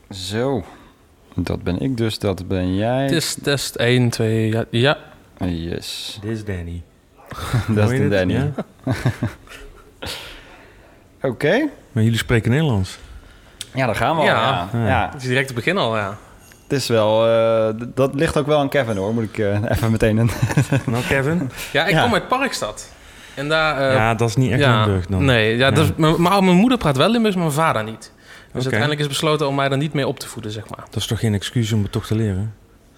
Zo, dat ben ik dus, dat ben jij. Test 1, 2, ja. Yes. Dit is Danny. Dat is de Danny. Ja? Oké. Maar jullie spreken Nederlands. Ja, daar gaan we al. Ja. Ja. Het is direct te beginnen al, ja. Het is wel... dat ligt ook wel aan Kevin, hoor. Moet ik even meteen... Nou, Kevin? Ja, ik kom uit Parkstad. En daar... ja, dat is niet echt Limburg dan. Nee, ja, dat is, mijn moeder praat wel Limburgs, maar mijn vader niet. Dus Oké. uiteindelijk is besloten om mij daar niet mee op te voeden, zeg maar. Dat is toch geen excuus om het toch te leren?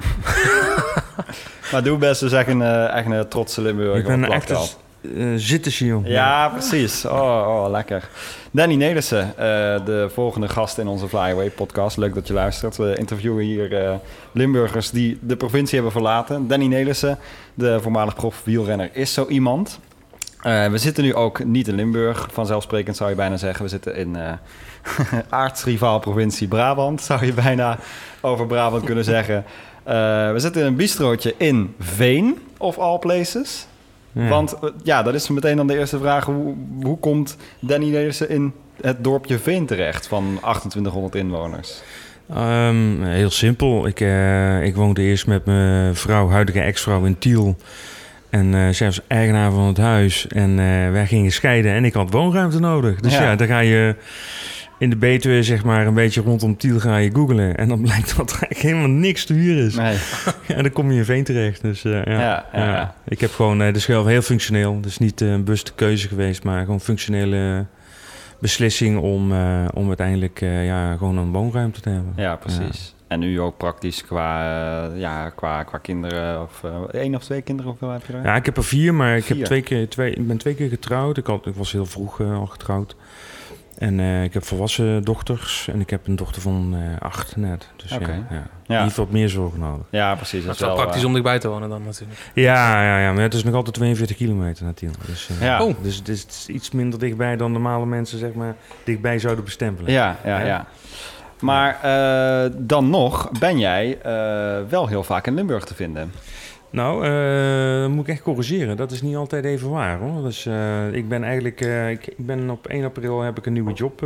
Maar doe best dus echt een trotse Limburger. Ik ben op een plaktaal. echte zittersjoen. Ja, precies. Oh, lekker. Danny Nelissen, de volgende gast in onze Flyaway podcast. Leuk dat je luistert. We interviewen hier Limburgers die de provincie hebben verlaten. Danny Nelissen, de voormalig prof wielrenner, is zo iemand. We zitten nu ook niet in Limburg. Vanzelfsprekend zou je bijna zeggen. We zitten in aartsrivaal provincie Brabant. Zou je bijna over Brabant kunnen zeggen. We zitten in een bistrootje in Veen, of all places. Ja. Want dat is meteen dan de eerste vraag. Hoe komt Danny Nelissen in het dorpje Veen terecht van 2800 inwoners? Heel simpel. Ik woonde eerst met mijn vrouw, huidige ex-vrouw in Tiel. En zij was eigenaar van het huis. En wij gingen scheiden en ik had woonruimte nodig. Dus ja, dan ga je in de Betuwe, zeg maar, een beetje rondom Tiel ga je googlen. En dan blijkt dat er eigenlijk helemaal niks te huur is. Nee. En dan kom je in Veen terecht. Dus Ja. Ik heb gewoon de Schelf heel functioneel. Dus niet een bewuste keuze geweest, maar gewoon functionele beslissing om uiteindelijk gewoon een woonruimte te hebben. Ja, precies. Ja. En nu ook praktisch qua kinderen, of 1 of 2 kinderen, hoeveel heb je er? Ja, ik heb er 4, maar ik 4. ben 2 keer getrouwd. Ik was heel vroeg al getrouwd. En ik heb volwassen dochters en ik heb een dochter van 8 net. Dus Okay. Die heeft wat meer zorg nodig. Ja, precies. Dat is wel praktisch om dichtbij te wonen dan natuurlijk. Ja, maar het is nog altijd 42 kilometer naar Tiel. Dus, Ja. Dus het is iets minder dichtbij dan normale mensen, zeg maar, dichtbij zouden bestempelen. Ja. Maar dan nog ben jij wel heel vaak in Limburg te vinden. Nou, dat moet ik echt corrigeren. Dat is niet altijd even waar, hoor. Dus ik ben eigenlijk... ik ben op 1 april heb ik een nieuwe job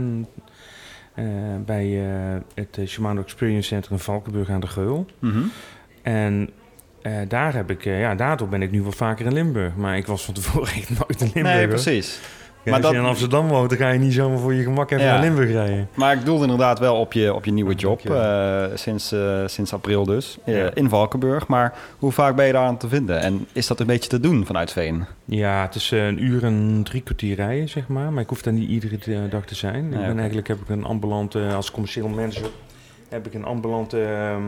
bij het Shimano Experience Center in Valkenburg aan de Geul. Mm-hmm. En daardoor ben ik nu wel vaker in Limburg. Maar ik was van tevoren echt nooit in Limburg. Nee, hoor. precies. Ja, Maar als je in Amsterdam woont, dan ga je niet zomaar voor je gemak even naar Limburg rijden. Maar ik doelde inderdaad wel op je nieuwe job, sinds april dus, in Valkenburg. Maar hoe vaak ben je daar aan te vinden? En is dat een beetje te doen vanuit Veen? Ja, het is 1 uur en 3 kwartier rijden, zeg maar. Maar ik hoef daar niet iedere dag te zijn. Heb ik een ambulante, als commercieel manager, heb ik een ambulante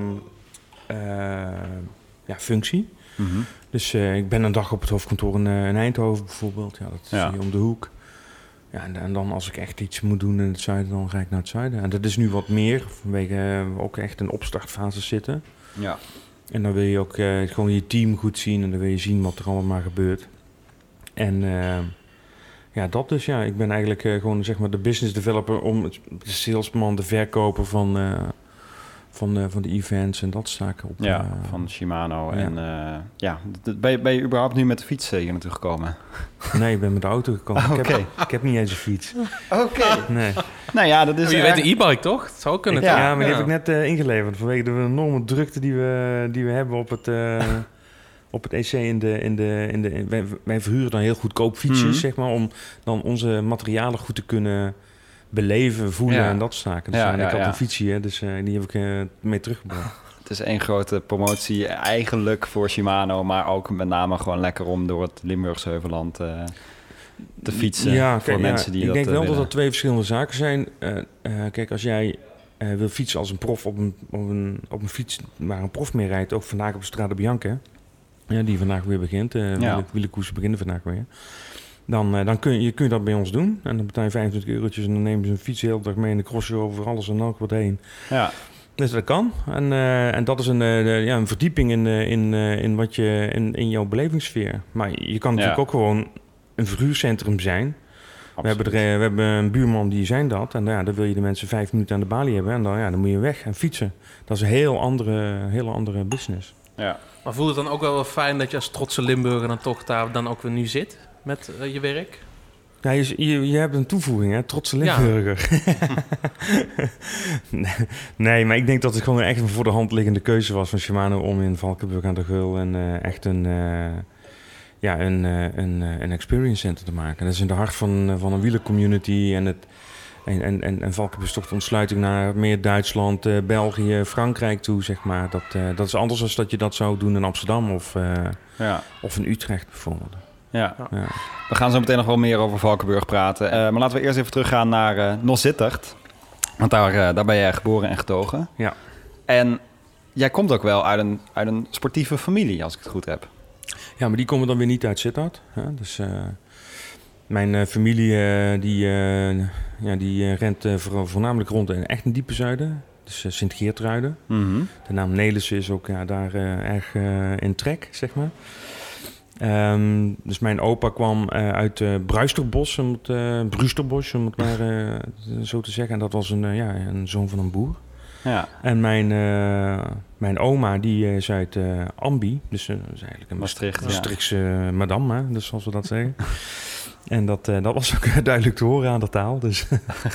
functie. Mm-hmm. Dus ik ben een dag op het hoofdkantoor in Eindhoven bijvoorbeeld. Ja, dat is hier om de hoek. Ja, en dan als ik echt iets moet doen in het zuiden, dan ga ik naar het zuiden. En dat is nu wat meer, vanwege we ook echt in opstartfase zitten. Ja. En dan wil je ook gewoon je team goed zien en dan wil je zien wat er allemaal gebeurt. En dat dus, ja. Ik ben eigenlijk gewoon zeg maar de business developer om de salesman, de verkoper van de events en dat zaken op. Van Shimano. Ja. En ben je überhaupt nu met de fiets hier naartoe gekomen? Nee, ik ben met de auto gekomen. Okay. Ik heb niet eens een fiets. Oké. Nee. Nou ja, dat is... je weet de e-bike, toch? Het zou kunnen. Ja, maar die heb ik net ingeleverd. Vanwege de enorme drukte die we hebben op het EC wij verhuren dan heel goedkoop fietsjes, zeg maar, om dan onze materialen goed te kunnen beleven, voelen en dat soort zaken. Dus ik had een fietsje, dus die heb ik mee teruggebracht. Het is 1 grote promotie eigenlijk voor Shimano, maar ook met name gewoon lekker om door het Limburgse heuvelland te fietsen voor mensen die dat ik denk wel willen. dat er 2 verschillende zaken zijn. Kijk, als jij wil fietsen als een prof op een fiets waar een prof mee rijdt, ook vandaag op de Strade Bianca, die vandaag weer begint. Wielerkoersen beginnen vandaag weer. Dan kun je dat bij ons doen. En dan betaal je 25 eurotjes en dan nemen ze een fiets de hele dag mee en dan cross je over alles en elk wat heen. Ja. Dus dat kan. En dat is een verdieping in wat je in jouw belevingssfeer. Maar je kan natuurlijk ook gewoon een verhuurcentrum zijn. We hebben een buurman die zijn dat. En dan wil je de mensen 5 minuten aan de balie hebben. En dan moet je weg en fietsen. Dat is een hele andere business. Ja. Maar voelt het dan ook wel fijn dat je als trotse Limburger dan toch daar dan ook weer nu zit met je werk? Ja, je hebt een toevoeging, hè? Trotse Limburger. Ja. Nee, maar ik denk dat het gewoon echt een voor de hand liggende keuze was van Shimano om in Valkenburg aan de Geul en echt een experience center te maken. Dat is in de hart van een wielercommunity en Valkenburg is toch de ontsluiting naar meer Duitsland, België, Frankrijk toe, zeg maar. Dat is anders dan dat je dat zou doen in Amsterdam of in Utrecht bijvoorbeeld. Ja. We gaan zo meteen nog wel meer over Valkenburg praten. Maar laten we eerst even teruggaan naar Nossittert. Want daar ben jij geboren en getogen. Ja. En jij komt ook wel uit een sportieve familie, als ik het goed heb. Ja, maar die komen dan weer niet uit Sittard. Dus mijn familie die rent voornamelijk rond in echt een diepe zuiden. Dus Sint-Geertruiden. Mm-hmm. De naam Nelissen is ook daar erg in trek, zeg maar. Dus mijn opa kwam uit Bruisterbos, om het maar zo te zeggen. En dat was een zoon van een boer. Ja. En mijn oma, die is uit Ambi. Dus is eigenlijk een Maastrichtse madame, hè, dus zoals we dat zeggen. En dat was ook duidelijk te horen aan de taal. Dus.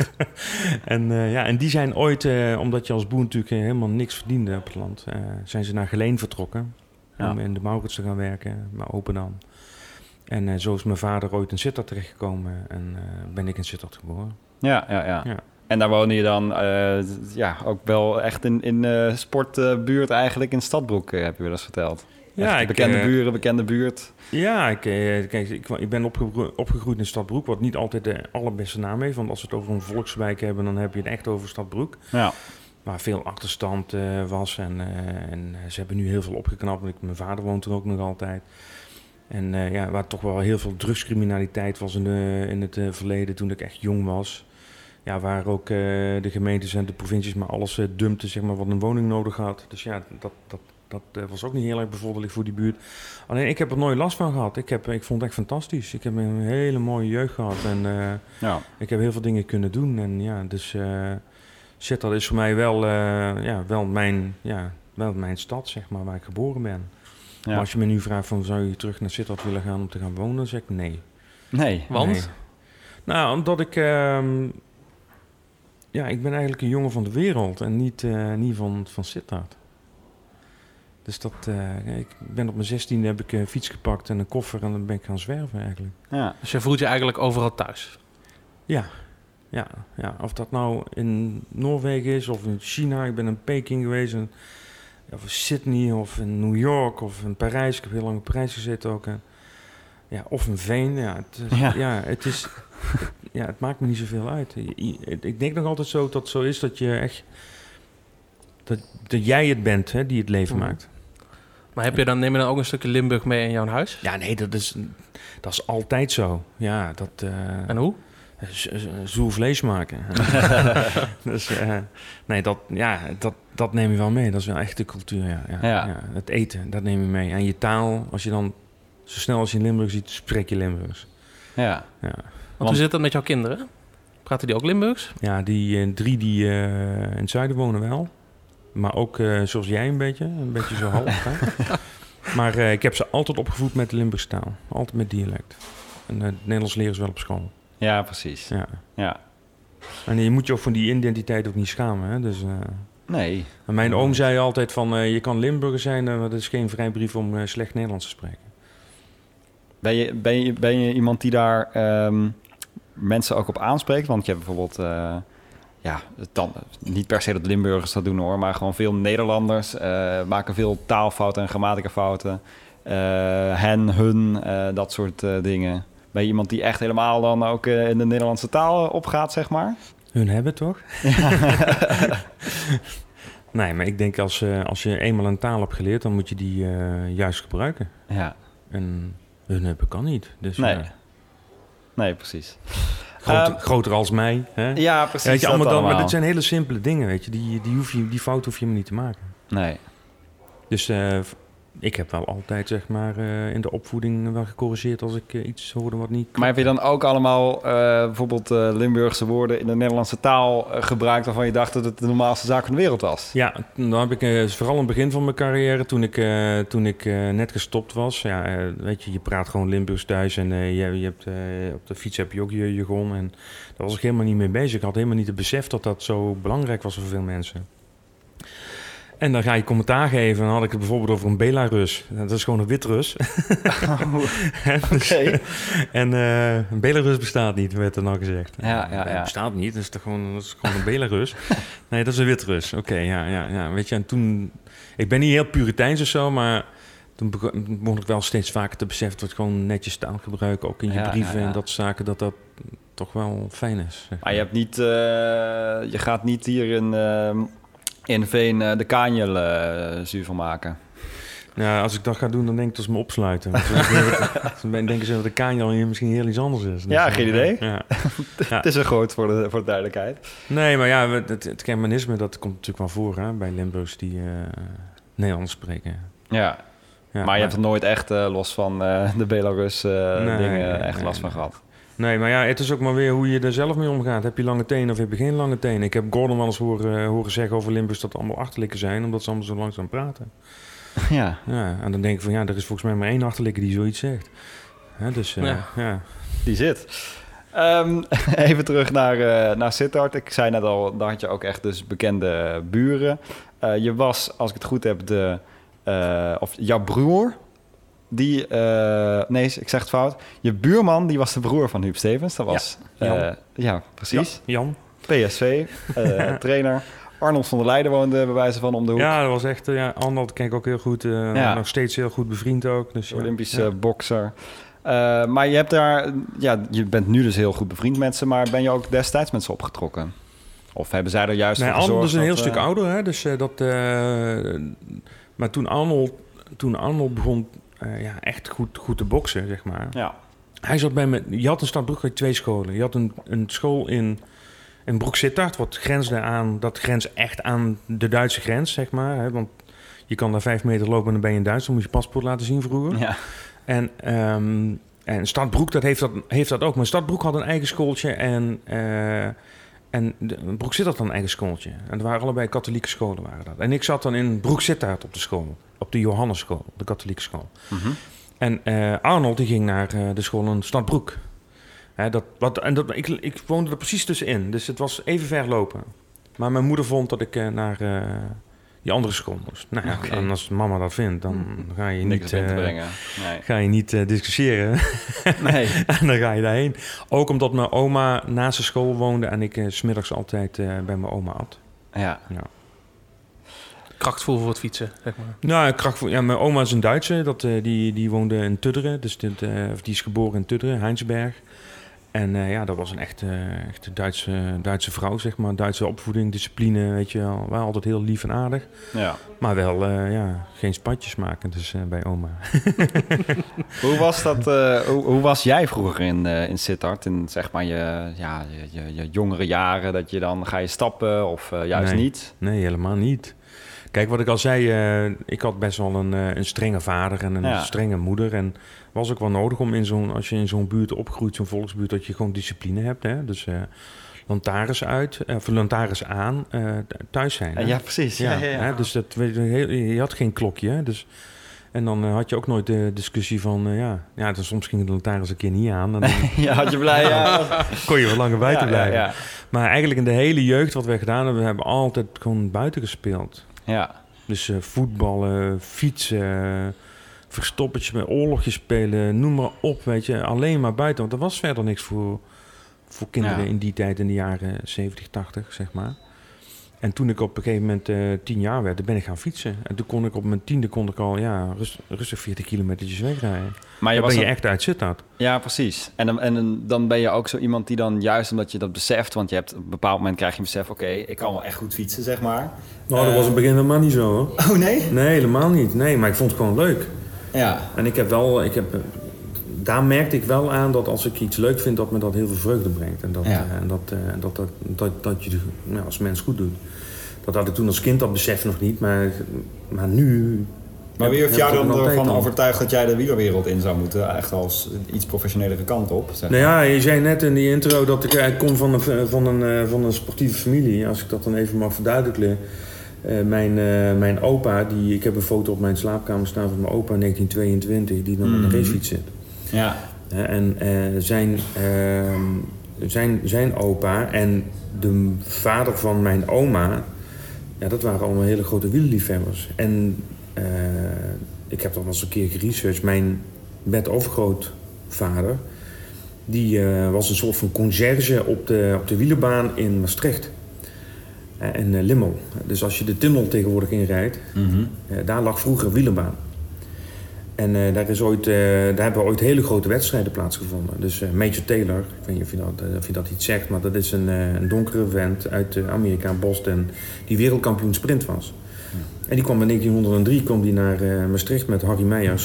En die zijn ooit, omdat je als boer natuurlijk helemaal niks verdiende op het land, zijn ze naar Geleen vertrokken. Om in de Maurits te gaan werken, mijn opa dan. En zo is mijn vader ooit in Sittard terechtgekomen en ben ik in Sittard geboren. Ja. En daar woonde je dan ook wel echt in sportbuurt eigenlijk in Stadbroek, heb je wel eens verteld. Ja, bekende buurt. Ja, ik ben opgegroeid in Stadbroek, wat niet altijd de allerbeste naam heeft. Want als we het over een volkswijk hebben, dan heb je het echt over Stadbroek. Ja. Waar veel achterstand was. En ze hebben nu heel veel opgeknapt. Mijn vader woont er ook nog altijd. En waar toch wel heel veel drugscriminaliteit was in het verleden toen ik echt jong was. Ja, waar ook de gemeentes en de provincies maar alles dumpten, zeg maar, wat een woning nodig had. Dus ja, dat was ook niet heel erg bevorderlijk voor die buurt. Alleen ik heb er nooit last van gehad. Ik vond het echt fantastisch. Ik heb een hele mooie jeugd gehad. En ik heb heel veel dingen kunnen doen. En ja, dus Sittard is voor mij wel mijn stad, zeg maar, waar ik geboren ben. Ja. Maar als je me nu vraagt van, zou je terug naar Sittard willen gaan om te gaan wonen, dan zeg ik nee. Nee, want? Nee. Nou, omdat ik ik ben eigenlijk een jongen van de wereld en niet van Sittard. Dus ik ben op mijn 16e heb ik een fiets gepakt en een koffer en dan ben ik gaan zwerven eigenlijk. Ja. Dus je voelt je eigenlijk overal thuis? Ja. Of dat nou in Noorwegen is of in China. Ik ben in Peking geweest, of in Sydney of in New York of in Parijs. Ik heb heel lang in Parijs gezeten ook. Of in Veen. Het maakt me niet zoveel uit. Ik denk nog altijd zo dat het zo is dat je echt dat jij het bent, hè, die het leven maakt. Maar neem je dan ook een stukje Limburg mee in jouw huis? Ja, nee, dat is altijd zo. Ja, en hoe? Zoel vlees maken. Dus dat neem je wel mee. Dat is wel echt de cultuur, ja. Het eten, dat neem je mee. En je taal, als je dan zo snel als je in Limburg ziet, spreek je Limburgs. Ja. Want hoe zit dat met jouw kinderen? Praten die ook Limburgs? Ja, die 3 die in het zuiden wonen wel. Maar ook zoals jij een beetje zo half. Hè? Maar ik heb ze altijd opgevoed met de Limburgse taal. Altijd met dialect. En het Nederlands leren ze wel op school. Ja, precies. Ja. En je moet je ook van die identiteit ook niet schamen. Hè? Dus, nee. Mijn oom zei altijd van, je kan Limburger zijn, maar dat is geen vrijbrief om slecht Nederlands te spreken. Ben je iemand die daar mensen ook op aanspreekt? Want je hebt bijvoorbeeld, dan, niet per se dat Limburgers dat doen hoor, maar gewoon veel Nederlanders maken veel taalfouten en grammaticafouten. Hun, dat soort dingen. Ben je iemand die echt helemaal dan ook in de Nederlandse taal opgaat, zeg maar? Hun hebben toch? Nee, maar ik denk als je eenmaal een taal hebt geleerd, dan moet je die juist gebruiken. Ja. En hun hebben kan niet. Dus, nee, precies. Groter als mij. Hè? Ja, precies. Weet je, allemaal. Maar dit zijn hele simpele dingen, weet je. Die fout hoef je me niet te maken. Nee. Dus ik heb wel altijd, zeg maar, in de opvoeding wel gecorrigeerd als ik iets hoorde wat niet... Maar heb je dan ook allemaal bijvoorbeeld Limburgse woorden in de Nederlandse taal gebruikt waarvan je dacht dat het de normaalste zaak van de wereld was? Ja, dan heb ik vooral in het begin van mijn carrière, toen ik net gestopt was. Ja, weet je praat gewoon Limburgs thuis en je hebt, op de fiets heb je ook je jargon. En daar was ik helemaal niet mee bezig. Ik had helemaal niet het besef dat dat zo belangrijk was voor veel mensen. En dan ga je commentaar geven. En dan had ik het bijvoorbeeld over een Belarus. Dat is gewoon een Wit-Rus. Oké. En een Belarus bestaat niet, werd er nou gezegd. Ja. Het bestaat niet, dat is gewoon een Belarus. Nee, dat is een Wit-Rus. Oké, ja. Weet je, en toen... Ik ben niet heel puriteins of zo, maar... Toen begon ik wel steeds vaker te beseffen... dat gewoon netjes taal gebruiken, ook in je brieven en dat soort zaken... dat toch wel fijn is. Zeg maar je hebt niet... je gaat niet hier in Veen de Kanjel zuur van maken. Ja, als ik dat ga doen, dan denk ik dat ze me opsluiten. Dan denken ze dat de Kanjel hier misschien heel iets anders is. Dus, ja, geen idee. Ja. Het is er groot voor de duidelijkheid. Nee, maar ja, het Germanisme, dat komt natuurlijk wel voor hè, bij Limburgs die Nederlands spreken. Ja. Maar je hebt er nooit echt los van de Belarus dingen echt last van gehad. Nee, maar ja, het is ook maar weer hoe je er zelf mee omgaat. Heb je lange tenen of heb je geen lange tenen? Ik heb Gordon wel eens horen zeggen over Limburgs dat het allemaal achterlijken zijn... omdat ze allemaal zo langzaam praten. Ja. En dan denk ik van ja, er is volgens mij maar één achterlijke die zoiets zegt. Dus ja. Die zit. Even terug naar Sittard. Ik zei net al, daar had je ook echt dus bekende buren. Je was, als ik het goed heb, of jouw broer... nee, ik zeg het fout. Je buurman, die was de broer van Huub Stevens. Dat was... Jan. Precies. Jan. PSV, trainer. Arnold van der Leijden woonde bij wijze van om de hoek. Ja, dat was echt... Arnold ken ik ook heel goed. Nog steeds heel goed bevriend ook. Dus, Olympische bokser. Maar je hebt daar... Ja, je bent nu dus heel goed bevriend met ze... maar ben je ook destijds met ze opgetrokken? Of hebben zij er juist voor gezorgd? Arnold is een heel stuk ouder, hè. Dus maar toen Arnold begon... echt goed te boksen, zeg maar. Ja. Hij zat bij me. Je had in Stadbroek 2 scholen. Je had een school in Broek Sittard, wat grensde aan... Dat grenst echt aan de Duitse grens, zeg maar. Hè, want je kan daar 5 meter lopen en dan ben je in Duitsland. Dan moet je paspoort laten zien vroeger. Ja. En Stadbroek, dat heeft dat ook. Maar Stadbroek had een eigen schooltje en Broek Sittard had een eigen schooltje. En er waren allebei katholieke scholen, waren dat. En ik zat dan in Broek Sittard op de school. Op de Johannesschool, de katholieke school. Mm-hmm. En Arnold die ging naar de school in Stadbroek. Ik woonde er precies tussenin. Dus het was even ver lopen. Maar mijn moeder vond dat ik naar die andere school moest. Nou ja, okay. En als mama dat vindt, dan ga je ga je niet discussiëren. Nee. En dan ga je daarheen. Ook omdat mijn oma naast de school woonde... en ik 's middags altijd bij mijn oma at. Ja. Krachtvoel voor het fietsen, zeg maar. Nou, krachtvoel. Ja, mijn oma is een Duitse. Die woonde in Tudderen. Dus die is geboren in Tudderen, Heinsberg. En dat was een echte Duitse vrouw, zeg maar. Duitse opvoeding, discipline, weet je wel. Wel altijd heel lief en aardig. Ja. Maar wel, geen spatjes maken dus bij oma. Hoe was dat? Hoe was jij vroeger in Sittard? In zeg maar je jongere jaren, dat je dan ga je stappen of juist niet? Nee, helemaal niet. Kijk, wat ik al zei, ik had best wel een strenge vader en een strenge moeder. En was ook wel nodig om als je in zo'n buurt opgroeit, zo'n volksbuurt, dat je gewoon discipline hebt. Hè? Dus lantaarns uit, of lantaarns aan, thuis zijn. Hè? Ja, precies. Ja. Hè? Dus je had geen klokje. Hè? Dus, en dan had je ook nooit de discussie van, dus soms ging de lantaarns een keer niet aan. En dan, had je blij, kon je wel langer buiten blijven. Ja. Maar eigenlijk in de hele jeugd wat wij gedaan hebben, we hebben altijd gewoon buiten gespeeld. Ja. Dus voetballen, fietsen, verstoppertje met oorlogjes spelen, noem maar op, weet je. Alleen maar buiten, want er was verder niks voor kinderen in die tijd, in de jaren 70, 80, zeg maar. En toen ik op een gegeven moment 10 jaar werd, ben ik gaan fietsen. En toen kon ik op mijn 10e al rustig 40 kilometertjes wegrijden. Maar dan ben je echt uit Sittard. Ja, precies. En dan ben je ook zo iemand die dan juist omdat je dat beseft... want je hebt op een bepaald moment krijg je besef... oké, ik kan wel echt goed fietsen, zeg maar. Nou, dat was in het begin helemaal niet zo, hoor. Oh, nee? Nee, helemaal niet. Nee, maar ik vond het gewoon leuk. Ja. En daar merkte ik wel aan dat als ik iets leuk vind... dat me dat heel veel vreugde brengt. En dat je als mens goed doet. Dat had ik toen als kind dat besef nog niet. Maar nu Maar wie heeft jou dan ervan overtuigd dat jij de wielerwereld in zou moeten? Echt als iets professionelere kant op? Zeg maar. Nou ja, je zei net in die intro dat ik kom van een sportieve familie. Als ik dat dan even mag verduidelijken. Mijn opa, ik heb een foto op mijn slaapkamer staan van mijn opa in 1922... die dan op de racefiets zit. Ja. En zijn opa en de vader van mijn oma... Ja, dat waren allemaal hele grote wielerliefhebbers. En ik heb dan eens een keer geresearched. Mijn bedovergrootvader... die was een soort van conciërge op de wielerbaan in Maastricht. En Limmel. Dus als je de tunnel tegenwoordig inrijdt... daar lag vroeger een wielenbaan. En daar hebben ooit hele grote wedstrijden plaatsgevonden. Dus Major Taylor, ik weet niet of je dat iets zegt... maar dat is een donkere vent uit Amerika, Boston... die wereldkampioen sprint was. Ja. En die kwam in 1903 naar Maastricht met Harry Meijers...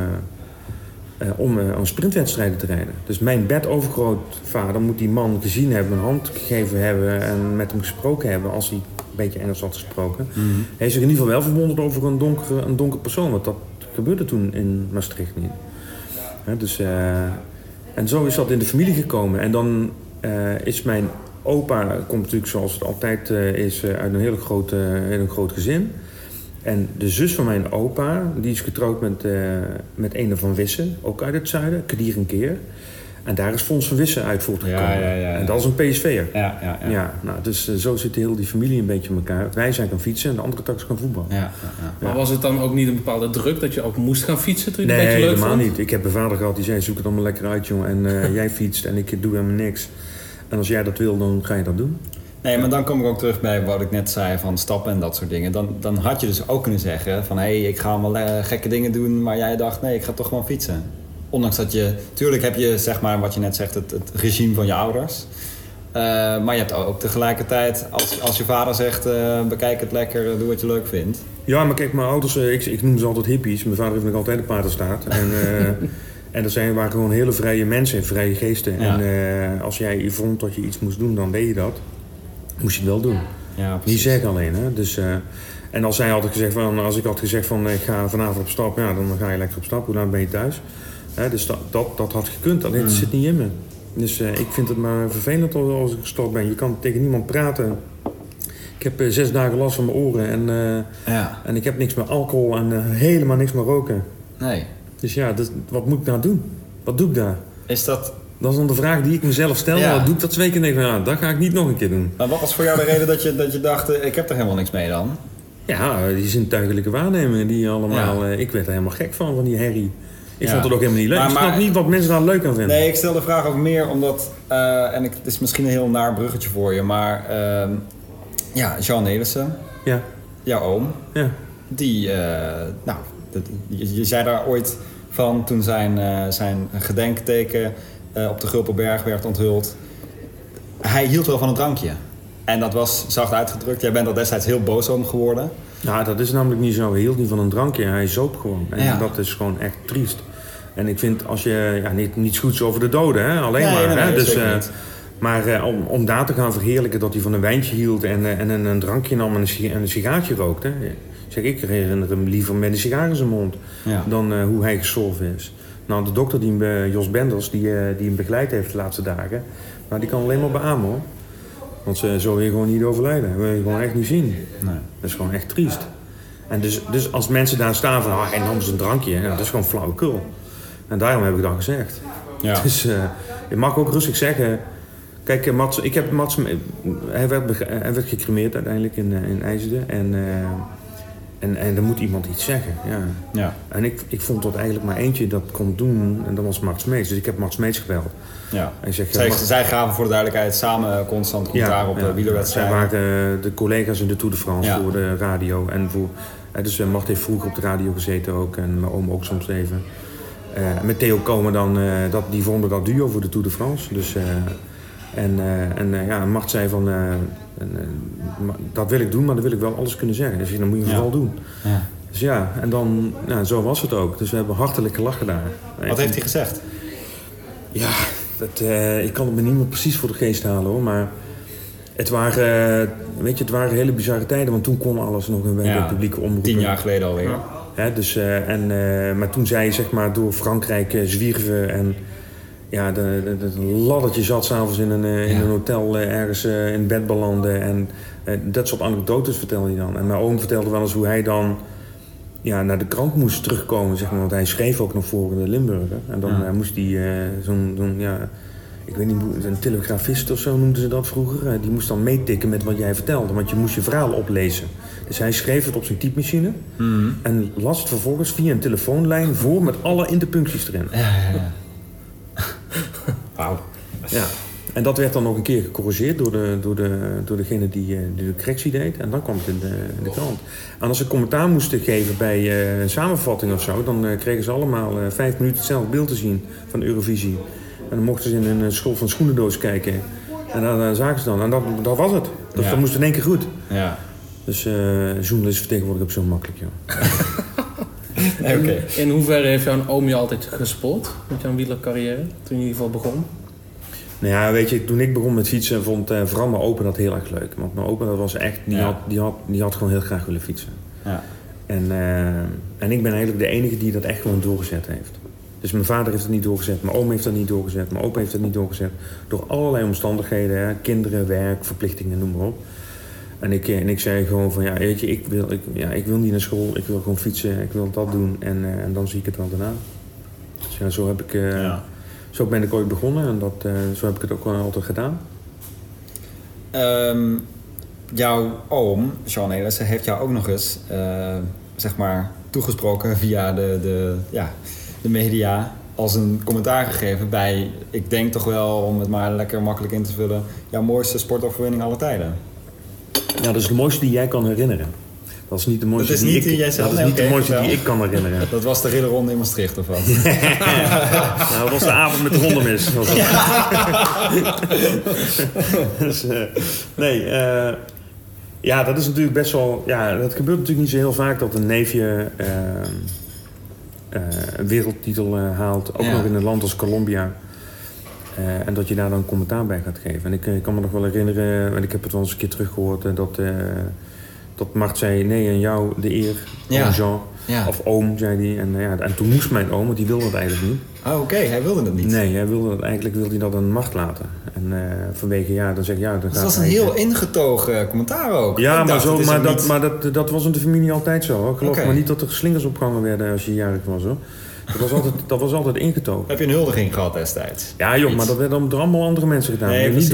om sprintwedstrijden te rijden. Dus mijn bedovergrootvader moet die man gezien hebben... een hand gegeven hebben en met hem gesproken hebben... als hij een beetje Engels had gesproken. Hij is zich in ieder geval wel verwonderd over een donker persoon... want dat gebeurde toen in Maastricht niet. En zo is dat in de familie gekomen. En dan is mijn opa, komt natuurlijk zoals het altijd is... uit een heel groot gezin... En de zus van mijn opa, die is getrouwd met een van Wissen, ook uit het zuiden, Kadir en Keer. En daar is Fons van Wissen uit voortgekomen. Ja. En dat is een PSV'er. Ja, nou, dus zo zit heel die familie een beetje in elkaar. Wij zijn gaan fietsen en de andere takken gaan voetballen. Ja. Maar was het dan ook niet een bepaalde druk dat je ook moest gaan fietsen toen je het een beetje leuk vond? Nee, helemaal niet. Ik heb een vader gehad die zei, zoek het allemaal lekker uit, jongen. En jij fietst en ik doe helemaal niks. En als jij dat wil, dan ga je dat doen. Nee, maar dan kom ik ook terug bij wat ik net zei van stappen en dat soort dingen. Dan had je dus ook kunnen zeggen van... hé, ik ga wel gekke dingen doen, maar jij dacht... nee, ik ga toch gewoon fietsen. Ondanks dat je... Tuurlijk heb je, zeg maar, wat je net zegt... het regime van je ouders. Maar je hebt ook tegelijkertijd... als je vader zegt... bekijk het lekker, doe wat je leuk vindt. Ja, maar kijk, mijn ouders... ik noem ze altijd hippies. Mijn vader heeft nog altijd een paardenstaart. En dat waren gewoon hele vrije mensen, vrije geesten. Ja. En als jij vond dat je iets moest doen, dan deed je dat. Moest je het wel doen. Ja, niet zeggen alleen, hè. Dus, en als ik had gezegd van ik ga vanavond op stap, ja, dan ga je lekker op stap. Hoe laat ben je thuis? Dus dat had gekund. Alleen het zit niet in me. Dus ik vind het maar vervelend als ik gestopt ben. Je kan tegen niemand praten. Ik heb 6 dagen last van mijn oren en ik heb niks meer alcohol en helemaal niks meer roken. Nee. Dus ja, wat moet ik nou doen? Wat doe ik daar? Dat is dan de vraag die ik mezelf stel. Ja. Wat doe ik dat 2 keer? En denk ik, dat ga ik niet nog een keer doen. Maar wat was voor jou de reden dat je dacht, ik heb er helemaal niks mee dan? Ja, die zintuigelijke waarnemingen die allemaal... ik werd er helemaal gek van die herrie. Ik vond het ook helemaal niet leuk. Ik snap niet wat mensen daar leuk aan vinden. Nee, ik stel de vraag ook meer omdat... het is misschien een heel naar bruggetje voor je, maar... Jean Nelissen. Ja. Jouw oom. Ja. Die... je zei daar ooit van toen zijn gedenkteken... op de Gulpenberg werd onthuld. Hij hield wel van een drankje. En dat was zacht uitgedrukt. Jij bent er destijds heel boos om geworden. Ja, dat is namelijk niet zo. Hij hield niet van een drankje. Hij zoop gewoon. En dat is gewoon echt triest. En ik vind als je... niets goeds over de doden, hè? Alleen maar. Nee, dus, maar om daar te gaan verheerlijken dat hij van een wijntje hield... en een drankje nam en een sigaartje rookte... Zeg, ik herinner hem liever met een sigaar in zijn mond... dan hoe hij gesolven is. Nou, de dokter, Jos Benders, die hem begeleid heeft de laatste dagen... Nou, die kan alleen maar beamen, hoor. Want zo wil je gewoon niet overlijden. Dat wil je gewoon echt niet zien. Nee. Dat is gewoon echt triest. En dus als mensen daar staan van... hij nam eens een drankje, dat is gewoon flauwekul. En daarom heb ik dat gezegd. Ja. Dus je mag ook rustig zeggen... Kijk, Mats, hij werd gecremeerd uiteindelijk in IJsden. En er moet iemand iets zeggen, ja. En ik vond dat eigenlijk maar eentje dat kon doen. En dat was Mart Smeets. Dus ik heb Mart Smeets gebeld. Ja. En zij gaven voor de duidelijkheid samen constant commentaar op de wielerwedstrijd. Zij waren de collega's in de Tour de France voor de radio. En dus Mart heeft vroeger op de radio gezeten ook. En mijn oom ook soms even. Met Theo Komen dan, die vonden dat duo voor de Tour de France. Dus... Mart zei van, dat wil ik doen, maar dan wil ik wel alles kunnen zeggen. Dus dan moet je vooral doen. Ja. Dus ja, en dan, zo was het ook. Dus we hebben hartelijk gelachen daar. Wat heeft hij gezegd? Ja, ik kan het me niet meer precies voor de geest halen, hoor. Maar het waren hele bizarre tijden, want toen kon alles nog in de publieke omroep. 10 jaar geleden alweer. Dus, maar toen zij zeg maar door Frankrijk zwierven en ja, de laddertje zat s'avonds in een hotel ergens in bed belanden. En dat soort anekdotes vertelde hij dan. En mijn oom vertelde wel eens hoe hij dan naar de krant moest terugkomen, zeg maar. Want hij schreef ook nog voor de Limburger. En dan moest hij ik weet niet, een telegrafist of zo noemden ze dat vroeger. Die moest dan meetikken met wat jij vertelde. Want je moest je verhaal oplezen. Dus hij schreef het op zijn typemachine. En las het vervolgens via een telefoonlijn voor met alle interpuncties erin. Ja. Wauw. Ja. En dat werd dan nog een keer gecorrigeerd door degene die de correctie deed. En dan kwam het in de krant. En als ze commentaar moesten geven bij een samenvatting of zo, dan kregen ze allemaal 5 minuten hetzelfde beeld te zien van Eurovisie. En dan mochten ze in een school van schoenendoos kijken. En dan zagen ze dan. En dat was het. Dat moest in één keer goed. Ja. Dus journalist vertegenwoordig op zo makkelijk, joh. Okay. In hoeverre heeft jouw oom je altijd gespoord met jouw wielercarrière, toen je in ieder geval begon? Nou ja, weet je, toen ik begon met fietsen vond vooral mijn opa dat heel erg leuk. Want mijn opa, dat was echt, die had gewoon heel graag willen fietsen. Ja. En ik ben eigenlijk de enige die dat echt gewoon doorgezet heeft. Dus mijn vader heeft het niet doorgezet, mijn oom heeft dat niet doorgezet, mijn opa heeft het niet doorgezet. Door allerlei omstandigheden, hè, kinderen, werk, verplichtingen, noem maar op. En ik zei gewoon van, weet je, ik wil niet naar school, ik wil gewoon fietsen, ik wil dat doen en dan zie ik het wel daarna. Dus ja, zo ben ik ooit begonnen en zo heb ik het ook altijd gedaan. Jouw oom, Jean Nelissen, heeft jou ook nog eens, zeg maar, toegesproken via de media als een commentaar gegeven bij, ik denk toch wel, om het maar lekker makkelijk in te vullen, jouw mooiste sportoverwinning aller tijden. Ja, dat is de mooiste die jij kan herinneren. Dat is niet de mooiste die ik kan herinneren. Dat was de ridderronde in Maastricht of wat? Nou, dat was de avond met de hondenmis. Dus, dat is natuurlijk best wel... Ja, dat gebeurt natuurlijk niet zo heel vaak dat een neefje een wereldtitel haalt. Ook nog in een land als Colombia. En dat je daar dan commentaar bij gaat geven. En ik kan me nog wel herinneren, en ik heb het wel eens een keer teruggehoord, dat Mart zei, nee, en jou de eer, Jean. Ja. Of oom, zei hij. En toen moest mijn oom, want die wilde dat eigenlijk niet. Oh, oké, hij wilde het niet? Nee, eigenlijk wilde hij dat aan Mart laten. En vanwege, dan zeg ik, dan gaat dat was een heel ingetogen commentaar ook. Ja, dat was in de familie altijd zo. Hoor. Ik geloof maar niet dat er slingers opgehangen werden als je jarig was, hoor. Dat was altijd ingetogen. Heb je een huldiging gehad destijds? Ja, joh, maar dat werd door allemaal andere mensen gedaan. Nee, niet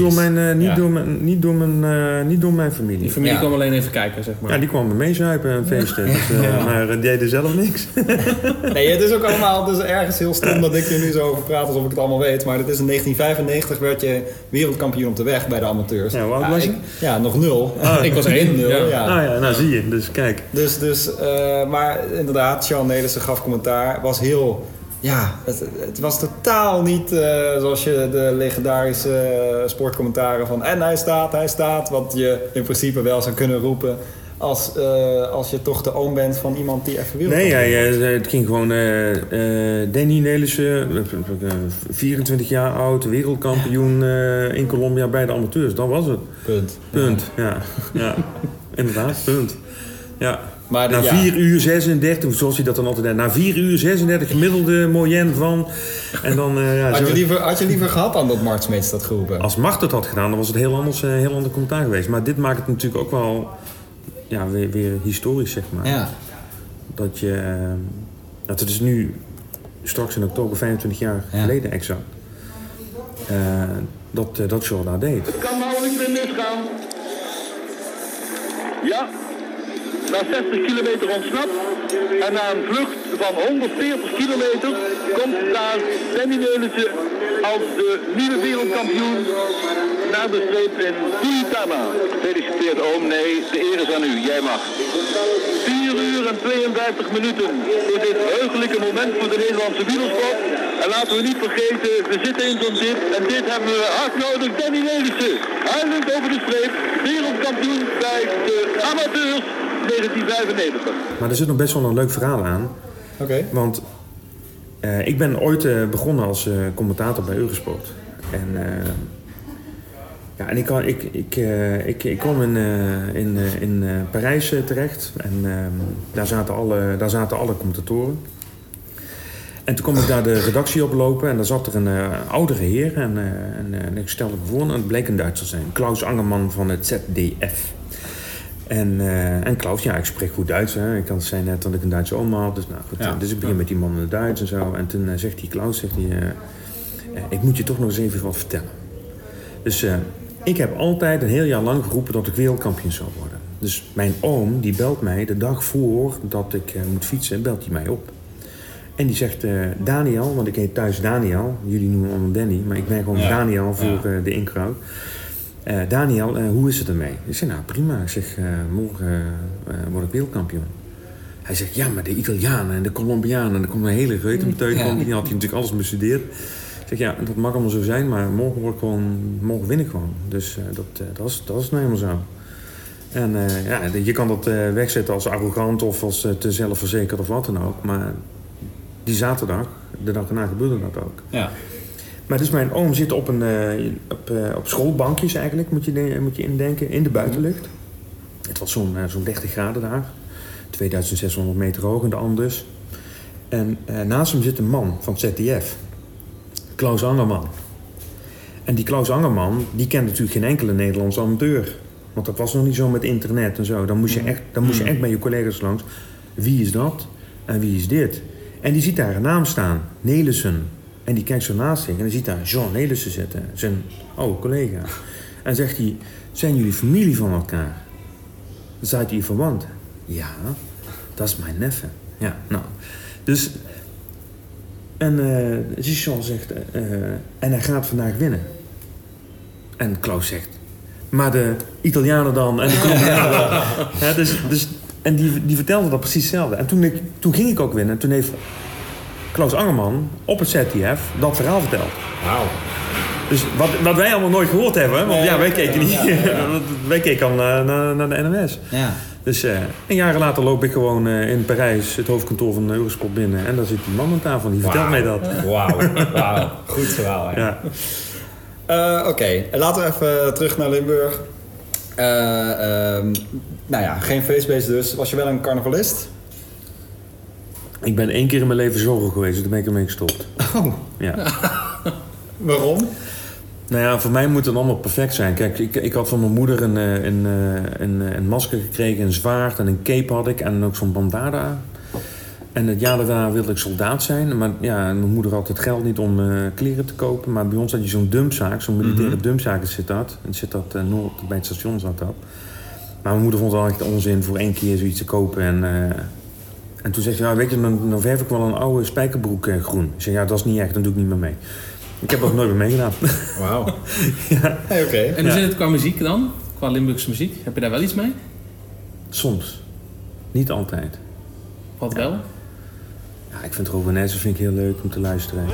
door mijn familie. Die familie kwam alleen even kijken, zeg maar. Ja, die kwamen meezuipen en feesten. Dus, maar die deden zelf niks. Nee, het is ook allemaal ergens heel stom dat ik er nu zo over praat alsof ik het allemaal weet. Maar het is in 1995 werd je wereldkampioen op de weg bij de amateurs. Ja, hoe oud was je? Ja, nog 0. Ik was 1-0. Ja. Nou zie je. Dus kijk. Maar inderdaad, Jean Nelissen gaf commentaar. Was heel... Ja, het was totaal niet zoals je de legendarische sportcommentaren van... En hij staat, wat je in principe wel zou kunnen roepen... Als je toch de oom bent van iemand die even wereldkampioen is. Nee, het ging gewoon... Danny Nelissen, 24 jaar oud, wereldkampioen in Colombia bij de amateurs. Dat was het. Punt, ja. Inderdaad, punt. Ja. Maar na 4 uur 36, zoals hij dat dan altijd deed. Na 4 uur 36 gemiddelde moyenne van... En dan, had je liever gehad dan dat Mart Smeets dat geroepen? Als Mart het had gedaan, dan was het heel ander commentaar geweest. Maar dit maakt het natuurlijk ook wel... Ja, weer historisch, zeg maar. Ja. Dat het is nu straks in oktober 25 jaar geleden exact. Dat Jorda deed. Het kan nauwelijks meer misgaan. Ja. Na 60 kilometer ontsnapt en na een vlucht van 140 kilometer komt daar Danny Nelissen als de nieuwe wereldkampioen naar de streep in Duitama. Gefeliciteerd oom, nee, de eer is aan u, jij mag. 4 uur en 52 minuten in dit heugelijke moment voor de Nederlandse wielersport. En laten we niet vergeten, we zitten in zo'n dit en dit hebben we hard nodig. Danny Nelissen, huilend over de streep, wereldkampioen bij de amateurs. 1995. Maar er zit nog best wel een leuk verhaal aan. Okay. Want ik ben ooit begonnen als commentator bij Eurosport. En Ja, en ik kwam in Parijs terecht en daar zaten alle commentatoren. En toen kwam ik daar de redactie oplopen en daar zat er een oudere heer en ik stelde me voor en het bleek een Duitser zijn. Klaus Angerman van het ZDF. En Klaus, ja, ik spreek goed Duits. Hè. Ik zei net dat ik een Duitse oma had, dus nou goed. Ja. Dus ik begin met die man in het Duits en zo. En toen zegt die Klaus, ik moet je toch nog eens even wat vertellen. Dus ik heb altijd een heel jaar lang geroepen dat ik wereldkampioen zou worden. Dus mijn oom, die belt mij de dag voor dat ik moet fietsen, belt hij mij op. En die zegt, Daniel, want ik heet thuis Daniel. Jullie noemen me Danny, maar ik ben gewoon Daniel voor de inkraut. Daniel, hoe is het ermee? Ik zeg, nou prima. Ik zeg, morgen word ik wereldkampioen. Hij zegt, ja, maar de Italianen en de Colombianen... en er komt een hele reutemeteut van. Die had hij natuurlijk alles bestudeerd. Ik zeg, ja, dat mag allemaal zo zijn, maar morgen win ik gewoon. Dus dat is nou helemaal zo. En je kan dat wegzetten als arrogant of als te zelfverzekerd of wat dan ook. Maar die zaterdag, de dag erna, gebeurde dat ook. Ja. Maar dus mijn oom zit op schoolbankjes eigenlijk, moet je indenken, in de buitenlucht. Het was zo'n 30 graden daar. 2600 meter hoog in de Andes. En naast hem zit een man van het ZDF. Klaus Angerman. En die Klaus Angerman, die kent natuurlijk geen enkele Nederlandse amateur. Want dat was nog niet zo met internet en zo. Dan moest je echt bij je collega's langs. Wie is dat? En wie is dit? En die ziet daar een naam staan. Nelissen. En die kijkt zo naast zich en dan ziet daar Jean Nelissen zitten. Zijn oude collega. En zegt hij, zijn jullie familie van elkaar? Zijt u verwant? Ja, dat is mijn neffe. Ja, nou. Dus... En Jean zegt... en hij gaat vandaag winnen. En Klaus zegt... Maar de Italianen dan en de Colombianen dan. Ja, dus, en die vertelde dat precies hetzelfde. En toen ging ik ook winnen. En toen heeft Klaus Angerman op het ZDF dat verhaal verteld. Wauw. Dus wat wij allemaal nooit gehoord hebben. Want wij keken niet. Ja. Wij keken al naar de NMS. Ja. Dus een jaar later loop ik gewoon in Parijs het hoofdkantoor van Eurosport binnen. En daar zit die man aan tafel. Die vertelt mij dat. Wauw. Goed verhaal. Hè? Ja. Oké, laten we even terug naar Limburg. Geen feestbeest dus. Was je wel een carnavalist? Ik ben 1 keer in mijn leven zorgen geweest, dus daar ben ik ermee gestopt. Oh. Ja. Waarom? Nou ja, voor mij moet het allemaal perfect zijn. Kijk, ik had van mijn moeder een masker gekregen, een zwaard en een cape had ik. En ook zo'n bandana. En het jaar daarna wilde ik soldaat zijn. Maar ja, mijn moeder had het geld niet om kleren te kopen. Maar bij ons had je zo'n dumpzaak, zo'n militaire dumpzaak zit dat. En zit dat noord, bij het station zat dat. Maar mijn moeder vond het wel echt onzin voor 1 keer zoiets te kopen. En toen zei ze, ja, weet je, dan verf ik wel een oude spijkerbroek groen. Ik zei, ja, dat is niet echt, dan doe ik niet meer mee. Ik heb dat nooit meer meegedaan. Wauw. Ja. Hey, oké. En hoe zit het qua muziek dan? Qua Limburgse muziek? Heb je daar wel iets mee? Soms. Niet altijd. Wat wel? Ja, ik vind Rowanesse heel leuk om te luisteren.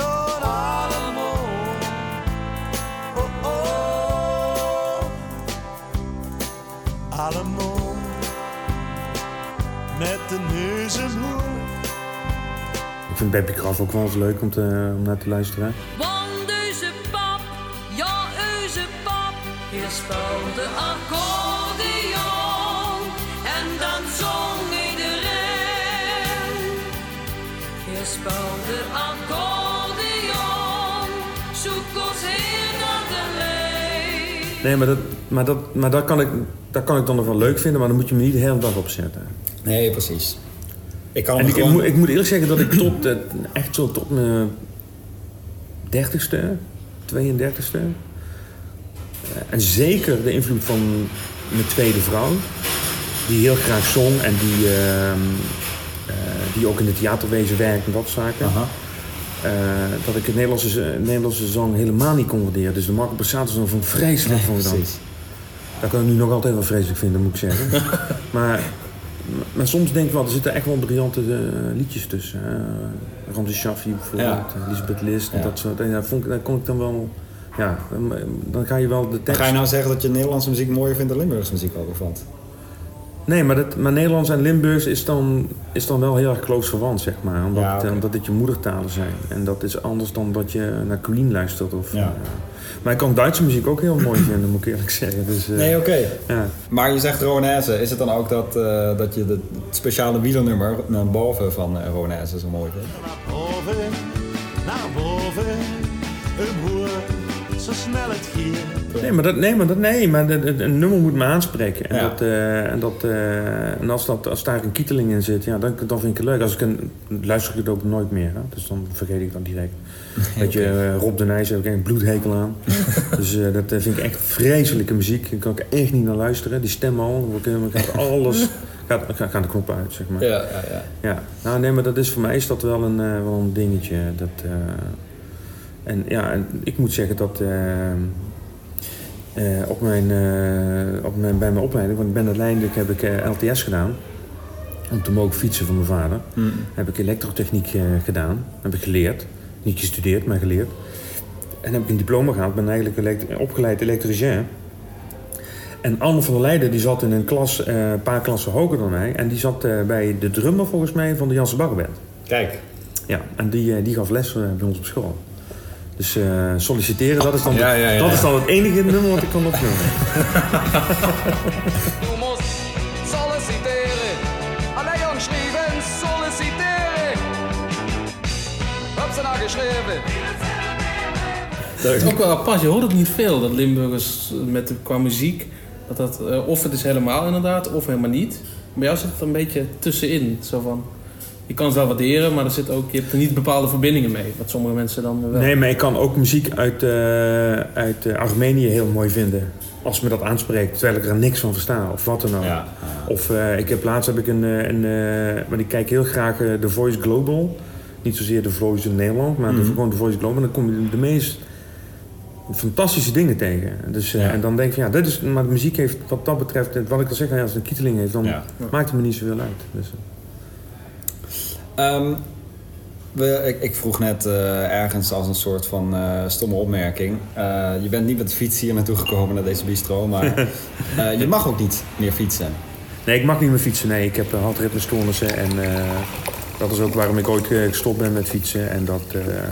Met de neuzenmoer. Ik vind Beppie Graf ook wel eens leuk om naar te luisteren. Want euze pap, ja euze pap, je speelde accordeon en dan zong iedereen. Je speelde accordeon, zoek ons heer naar de lee. Nee, maar dat kan ik dan nog wel leuk vinden, maar dan moet je me niet de hele dag opzetten. Nee, precies. Ik moet eerlijk zeggen dat ik tot mijn 30ste, 32ste... en zeker de invloed van mijn tweede vrouw... die heel graag zong en die ook in het theaterwezen werkt en dat soort zaken... dat ik het Nederlandse zang helemaal niet kon waarderen. Dus de Marco Borsato zong van vreselijk van dan. Dat kan ik nu nog altijd wel vreselijk vinden, moet ik zeggen. maar soms denk ik wel, er zitten echt wel briljante liedjes tussen. Ramse Shaffi bijvoorbeeld, Elisabeth List en dat soort. En daar kon ik dan wel... Ja, dan ga je wel de tekst... Ga je nou zeggen dat je Nederlandse muziek mooier vindt dan Limburgse muziek ook, of wat? Nee, maar Nederlands en Limburgs is dan wel heel erg close verwant, zeg maar. Omdat het je moedertalen zijn. En dat is anders dan dat je naar Queen luistert. Maar ik kan Duitse muziek ook heel mooi vinden, moet ik eerlijk zeggen. Dus, oké. Ja. Maar je zegt Rowanese. Is het dan ook dat je het speciale wielernummer naar boven van Rowanese zo mooi vindt? Naar boven, een hoer, zo snel het hier. Maar een nummer moet me aanspreken. En als daar een kieteling in zit, ja, dan vind ik het leuk. Luister ik het ook nooit meer. Hè? Dus dan vergeet ik dat direct. Weet je, Rob de Nijs heb ik echt een bloedhekel aan. Dus dat vind ik echt vreselijke muziek. Daar kan ik echt niet naar luisteren. Die stem al, gaat alles... Gaan de knoppen uit, zeg maar. Ja. Nou, nee, maar dat is voor mij is dat wel een dingetje. En ik moet zeggen dat bij mijn opleiding, want ik ben uiteindelijk heb ik LTS gedaan. Om te mogen fietsen van mijn vader. Heb ik elektrotechniek gedaan. Heb ik geleerd. Niet gestudeerd, maar geleerd. En heb ik een diploma gehaald. Ben eigenlijk opgeleid elektricien. En Arno van der Leijden die zat in een klas, een paar klassen hoger dan mij. En die zat bij de drummer volgens mij van de Janse Baggerband. Kijk. Ja, en die gaf les bij ons op school. Dus solliciteren, dat is dan dat is dan het enige nummer wat ik kan opnemen. Du musst solliciteren. Alle Jungs schrijven solliciteren. Heb ze nou geschreven? Het is ook wel apart, je hoort het niet veel, dat Limburgers qua muziek, of het is helemaal inderdaad, of helemaal niet. Bij jou zit het een beetje tussenin, zo van, je kan het wel waarderen, maar je hebt er niet bepaalde verbindingen mee, wat sommige mensen dan wel. Nee, maar ik kan ook muziek uit Armenië heel mooi vinden. Als me dat aanspreekt, terwijl ik er niks van versta, of wat dan ook. Ja. Of laatst heb ik maar ik kijk heel graag The Voice Global. Niet zozeer The Voice in Nederland, maar gewoon The Voice Global. En dan kom je de meest fantastische dingen tegen. Dus, en dan denk ik, maar de muziek heeft wat dat betreft, wat ik al zeg, als het een kieteling heeft, dan maakt het me niet zoveel uit. Dus, ik vroeg net ergens als een soort van stomme opmerking. Je bent niet met de fiets hier naartoe gekomen naar deze bistro, maar je mag ook niet meer fietsen. Nee, ik mag niet meer fietsen. Nee, ik heb hartritmestoornissen en dat is ook waarom ik ooit gestopt ben met fietsen. En dat,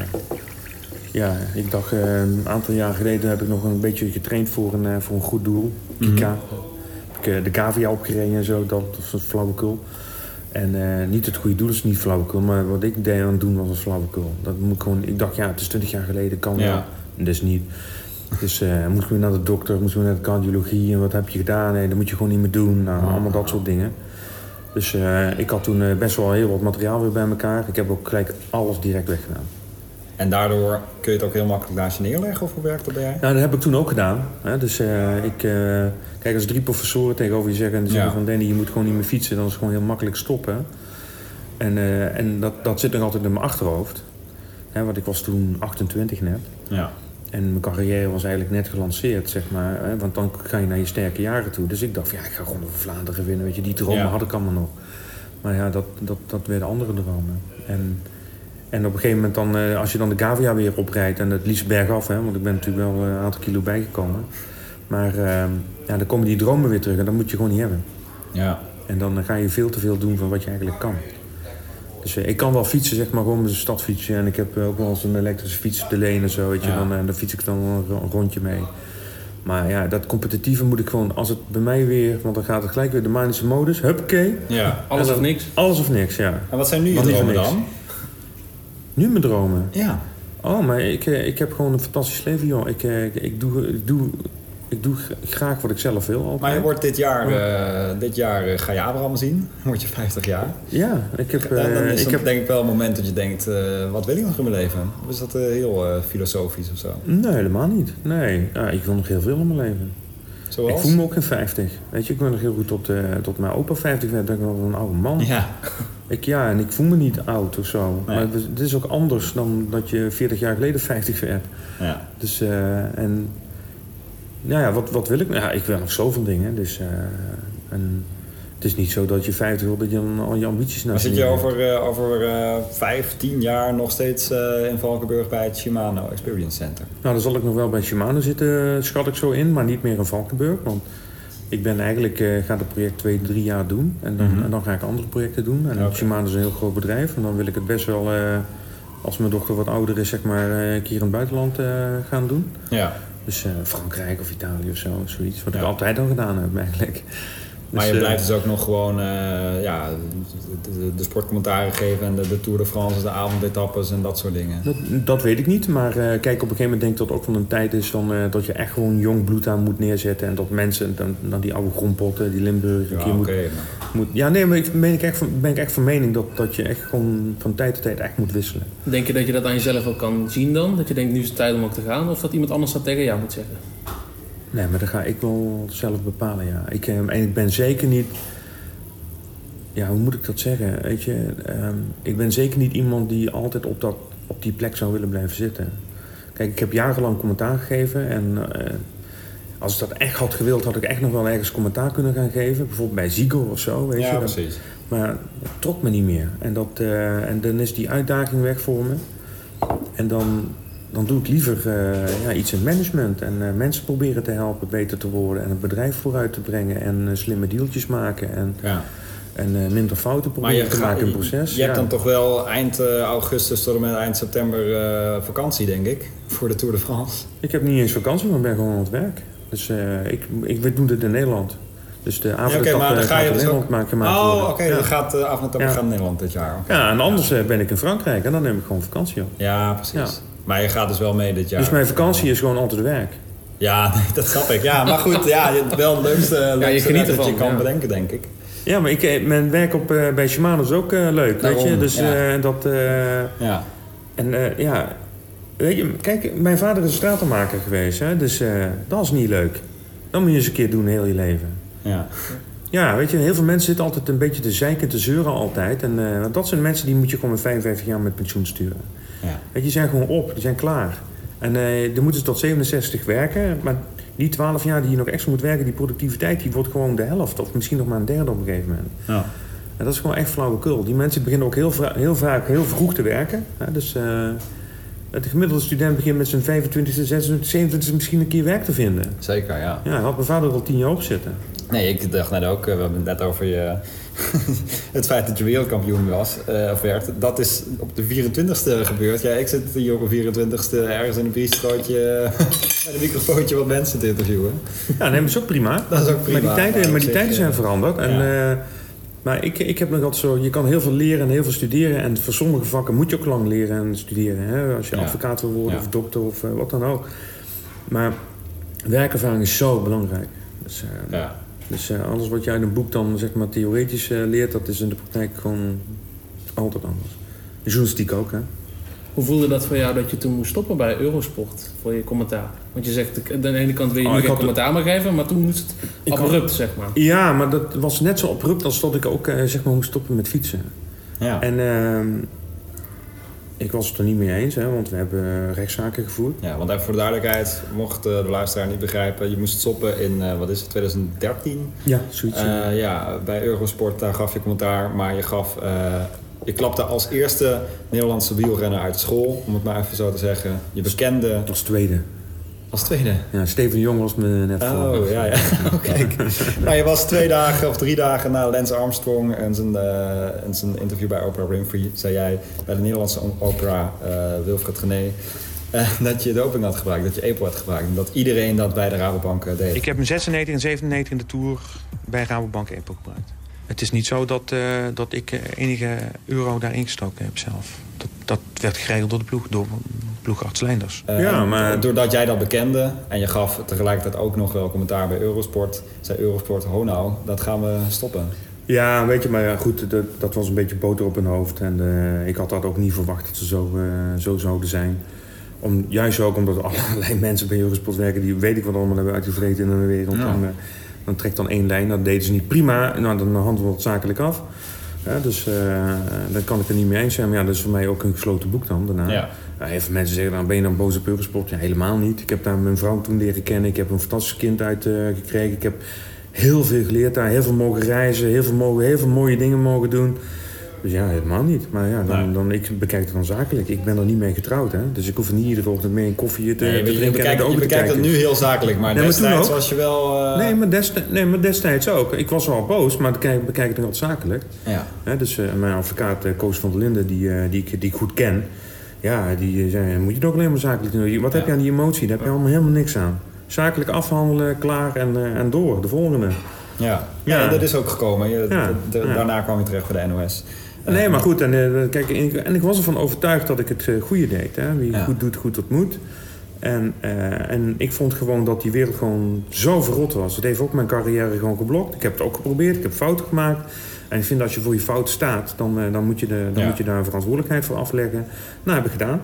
ik dacht, een aantal jaar geleden heb ik nog een beetje getraind voor een goed doel. Kika. Heb ik de Cavia opgereden en zo, dat was flauwekul. En niet het goede doel is niet flauwekul, maar wat ik deed aan het doen was een flauwekul. Dat moet ik gewoon, ik dacht, het is 20 jaar geleden, kan wel. En dat is niet. Dus moest ik weer naar de dokter, moest ik weer naar de cardiologie en wat heb je gedaan? Nee, dat moet je gewoon niet meer doen. Nou, allemaal dat soort dingen. Dus ik had toen best wel heel wat materiaal weer bij elkaar. Ik heb ook gelijk alles direct weggedaan. En daardoor kun je het ook heel makkelijk naast je neerleggen, of hoe werkt dat bij jij? Nou, dat heb ik toen ook gedaan. Hè? Dus kijk, als 3 professoren tegenover je zeggen, van Danny, je moet gewoon niet meer fietsen, dan is het gewoon heel makkelijk stoppen. En dat zit nog altijd in mijn achterhoofd. Hè? Want ik was toen 28 net. Ja. En mijn carrière was eigenlijk net gelanceerd, zeg maar. Hè? Want dan ga je naar je sterke jaren toe. Dus ik dacht, ik ga gewoon over Vlaanderen winnen. Weet je, die dromen had ik allemaal nog. Maar ja, dat werden andere dromen. En op een gegeven moment dan, als je dan de Cavia weer oprijdt, en het liefst bergaf, hè, want ik ben natuurlijk wel een aantal kilo bijgekomen. Maar dan komen die dromen weer terug en dat moet je gewoon niet hebben. Ja. En dan ga je veel te veel doen van wat je eigenlijk kan. Dus ik kan wel fietsen, zeg maar, gewoon met een stadfietsje. En ik heb ook wel eens een elektrische fiets te lenen, zo, weet je. Dan fiets ik dan een rondje mee. Maar dat competitieve moet ik gewoon, als het bij mij weer, want dan gaat het gelijk weer de manische modus, huppakee. Ja, alles of niks? Alles of niks, ja. En wat zijn nu je dromen dan? Nu mijn dromen? Ja. Oh, maar ik heb gewoon een fantastisch leven, joh. Ik doe graag wat ik zelf wil. Altijd. Maar je wordt dit jaar ga je Abraham zien. Word je 50 jaar. Ja, ik heb... Dan is dat denk ik wel een moment dat je denkt, wat wil ik nog in mijn leven? Of is dat heel filosofisch of zo? Nee, helemaal niet. Nee, ik wil nog heel veel in mijn leven. Zoals? Ik voel me ook in 50. Weet je, ik ben nog heel goed tot mijn opa 50 werd. Ben ik nog een oude man. Ja. En ik voel me niet oud of zo. Nee. Maar het is ook anders dan dat je 40 jaar geleden 50 werd. Ja. Dus, wat wil ik? Ja, ik wil nog zoveel dingen. Dus, en het is niet zo dat je 50 wil, dat je dan al je ambities naar. Maar zit je over 5-10 jaar nog steeds in Valkenburg bij het Shimano Experience Center? Nou, dan zal ik nog wel bij Shimano zitten, schat ik zo in. Maar niet meer in Valkenburg. Want Ik ben eigenlijk, ga het project 2-3 jaar doen. En dan ga ik andere projecten doen. En Shimano is een heel groot bedrijf. En dan wil ik het best wel, als mijn dochter wat ouder is, zeg maar, een keer in het buitenland gaan doen. Ja. Dus Frankrijk of Italië of zo, zoiets. Wat ik altijd al gedaan heb eigenlijk. Maar dus, je blijft dus ook nog gewoon de sportcommentaren geven en de Tour de France, de avondetappes en dat soort dingen. Dat weet ik niet, maar kijk, op een gegeven moment denk ik dat het ook van een tijd is dat je echt gewoon jong bloed aan moet neerzetten en dat mensen dan die oude grondpotten, die Limburg een keer moet. Ja, nee, maar ben ik echt van mening dat je echt gewoon van tijd tot tijd echt moet wisselen. Denk je dat je dat aan jezelf ook kan zien dan? Dat je denkt, nu is het tijd om ook te gaan? Of dat iemand anders dat tegen jou moet zeggen? Nee, maar dat ga ik wel zelf bepalen, ja. En ik ben zeker niet... Ja, hoe moet ik dat zeggen? Weet je, ik ben zeker niet iemand die altijd op die plek zou willen blijven zitten. Kijk, ik heb jarenlang commentaar gegeven en als ik dat echt had gewild, had ik echt nog wel ergens commentaar kunnen gaan geven. Bijvoorbeeld bij Ziggo of zo, weet je. Ja, precies. Maar het trok me niet meer. En dan is die uitdaging weg voor me. En dan doe ik liever iets in management en mensen proberen te helpen beter te worden en het bedrijf vooruit te brengen en slimme dealtjes maken en minder fouten proberen te maken in het proces. Je hebt dan toch wel eind augustus tot en met eind september vakantie, denk ik, voor de Tour de France? Ik heb niet eens vakantie, maar ik ben gewoon aan het werk. Dus ik doe dit in Nederland. Dus de avondetappe gaat in Nederland maken. Je gaat de avondetappe gaan in Nederland dit jaar. Okay. Ja, en anders ben ik in Frankrijk en dan neem ik gewoon vakantie op. Ja, precies. Ja. Maar je gaat dus wel mee dit jaar. Dus mijn vakantie is gewoon altijd werk. Ja, nee, dat snap ik. Ja, maar goed, wel het leukste dat je kan bedenken, denk ik. Ja, maar mijn werk bij Shimano is ook leuk, daarom, weet je. Dus weet je, kijk, mijn vader is stratenmaker geweest, hè. Dus dat is niet leuk. Dat moet je eens een keer doen, heel je leven. Ja. Ja, weet je, heel veel mensen zitten altijd een beetje te zeiken, te zeuren altijd. En dat zijn mensen die moet je gewoon met 55 jaar met pensioen sturen. Ja. Weet je, die zijn gewoon op, die zijn klaar. En dan moeten ze tot 67 werken. Maar die 12 jaar die je nog extra moet werken, die productiviteit, die wordt gewoon de helft. Of misschien nog maar een derde op een gegeven moment. Ja. En dat is gewoon echt flauwekul. Die mensen beginnen ook heel vaak heel vroeg te werken. Dus de gemiddelde student begint met zijn 25e, 26e, 27e misschien een keer werk te vinden. Zeker, ja. Ja, had mijn vader al 10 jaar op zitten. Nee, ik dacht net ook, we hebben het net over het feit dat je wereldkampioen was, of werd. Dat is op de 24e gebeurd. Ja, ik zit hier op de 24e ergens in een biestrootje met een microfoontje wat mensen te interviewen. Ja, nee, dat is ook prima. Dat is ook prima. Maar die tijden zijn veranderd. En, maar ik heb nog altijd zo, je kan heel veel leren en heel veel studeren. En voor sommige vakken moet je ook lang leren en studeren. Hè? Als je advocaat wil worden of dokter of wat dan ook. Maar werkervaring is zo belangrijk. Dus alles wat je uit een boek dan zeg maar theoretisch leert, dat is in de praktijk gewoon altijd anders. De journalistiek ook, hè. Hoe voelde dat voor jou dat je toen moest stoppen bij Eurosport voor je commentaar? Want je zegt, aan de ene kant wil je nu geen commentaar meer geven, maar toen moest het abrupt, zeg maar. Ja, maar dat was net zo abrupt als dat ik ook zeg maar moest stoppen met fietsen. Ja. En ik was het er niet mee eens, hè, want we hebben rechtszaken gevoerd. Ja, want even voor de duidelijkheid, mocht de luisteraar niet begrijpen, je moest stoppen in, 2013? Ja, zoiets. Bij Eurosport, daar gaf je commentaar, maar je klapte als eerste Nederlandse wielrenner uit de school, om het maar even zo te zeggen. Je bekende... Als tweede. Als tweede? Ja, Steven Jong was me net voor. Oh, ja. Kijk. Nou, je was 2 dagen of 3 dagen na Lance Armstrong en zijn interview bij Oprah Winfrey, zei jij bij de Nederlandse Oprah, Wilfred Gené, dat je doping had gebruikt, dat je EPO had gebruikt. En dat iedereen dat bij de Rabobank deed. Ik heb in 96 en 97 in de Tour bij Rabobank EPO gebruikt. Het is niet zo dat ik enige euro daarin gestoken heb zelf. Dat werd geregeld door de ploeg, door ploegarts Leenders. Maar doordat jij dat bekende en je gaf tegelijkertijd ook nog wel commentaar bij Eurosport, zei Eurosport, nou, dat gaan we stoppen. Ja, weet je, maar ja, goed, dat was een beetje boter op hun hoofd. En ik had dat ook niet verwacht dat ze zo zouden zijn. Juist ook omdat allerlei mensen bij Eurosport werken die weet ik wat allemaal hebben uitgevreten in de wereld. Ja. Dan trekt dan 1 lijn, dat deden ze niet prima. Nou, dan handelen we het zakelijk af. Ja, dus daar kan ik er niet mee eens zijn. Maar ja, dat is voor mij ook een gesloten boek dan daarna. Ja. Heel veel mensen zeggen, dan ben je dan boos op Eurosport? Ja, helemaal niet. Ik heb daar mijn vrouw toen leren kennen. Ik heb een fantastisch kind gekregen. Ik heb heel veel geleerd daar. Heel veel mogen reizen. Heel veel mooie dingen mogen doen. Dus ja, helemaal niet. Maar ja, ik bekijk het dan zakelijk. Ik ben er niet mee getrouwd, hè. Dus ik hoef niet iedere ochtend mee een koffie te drinken. Je bekijkt het nu heel zakelijk, maar destijds was je wel... Nee, maar destijds ook. Ik was wel boos, maar bekijk het wat zakelijk. Ja. Dus mijn advocaat, Koos van der Linden, die ik goed ken... Ja, die zei, moet je het ook alleen maar zakelijk doen. Wat heb je aan die emotie? Daar heb je allemaal helemaal niks aan. Zakelijk afhandelen, klaar en door. De volgende. Ja, dat is ook gekomen. Daarna kwam je terecht bij de NOS. Nee, maar goed. Kijk, ik was ervan overtuigd dat ik het goede deed. Hè? Wie goed doet, goed dat moet. En ik vond gewoon dat die wereld gewoon zo verrot was. Het heeft ook mijn carrière gewoon geblokt. Ik heb het ook geprobeerd. Ik heb fouten gemaakt. En ik vind dat als je voor je fout staat, dan moet je daar een verantwoordelijkheid voor afleggen. Nou, heb ik gedaan.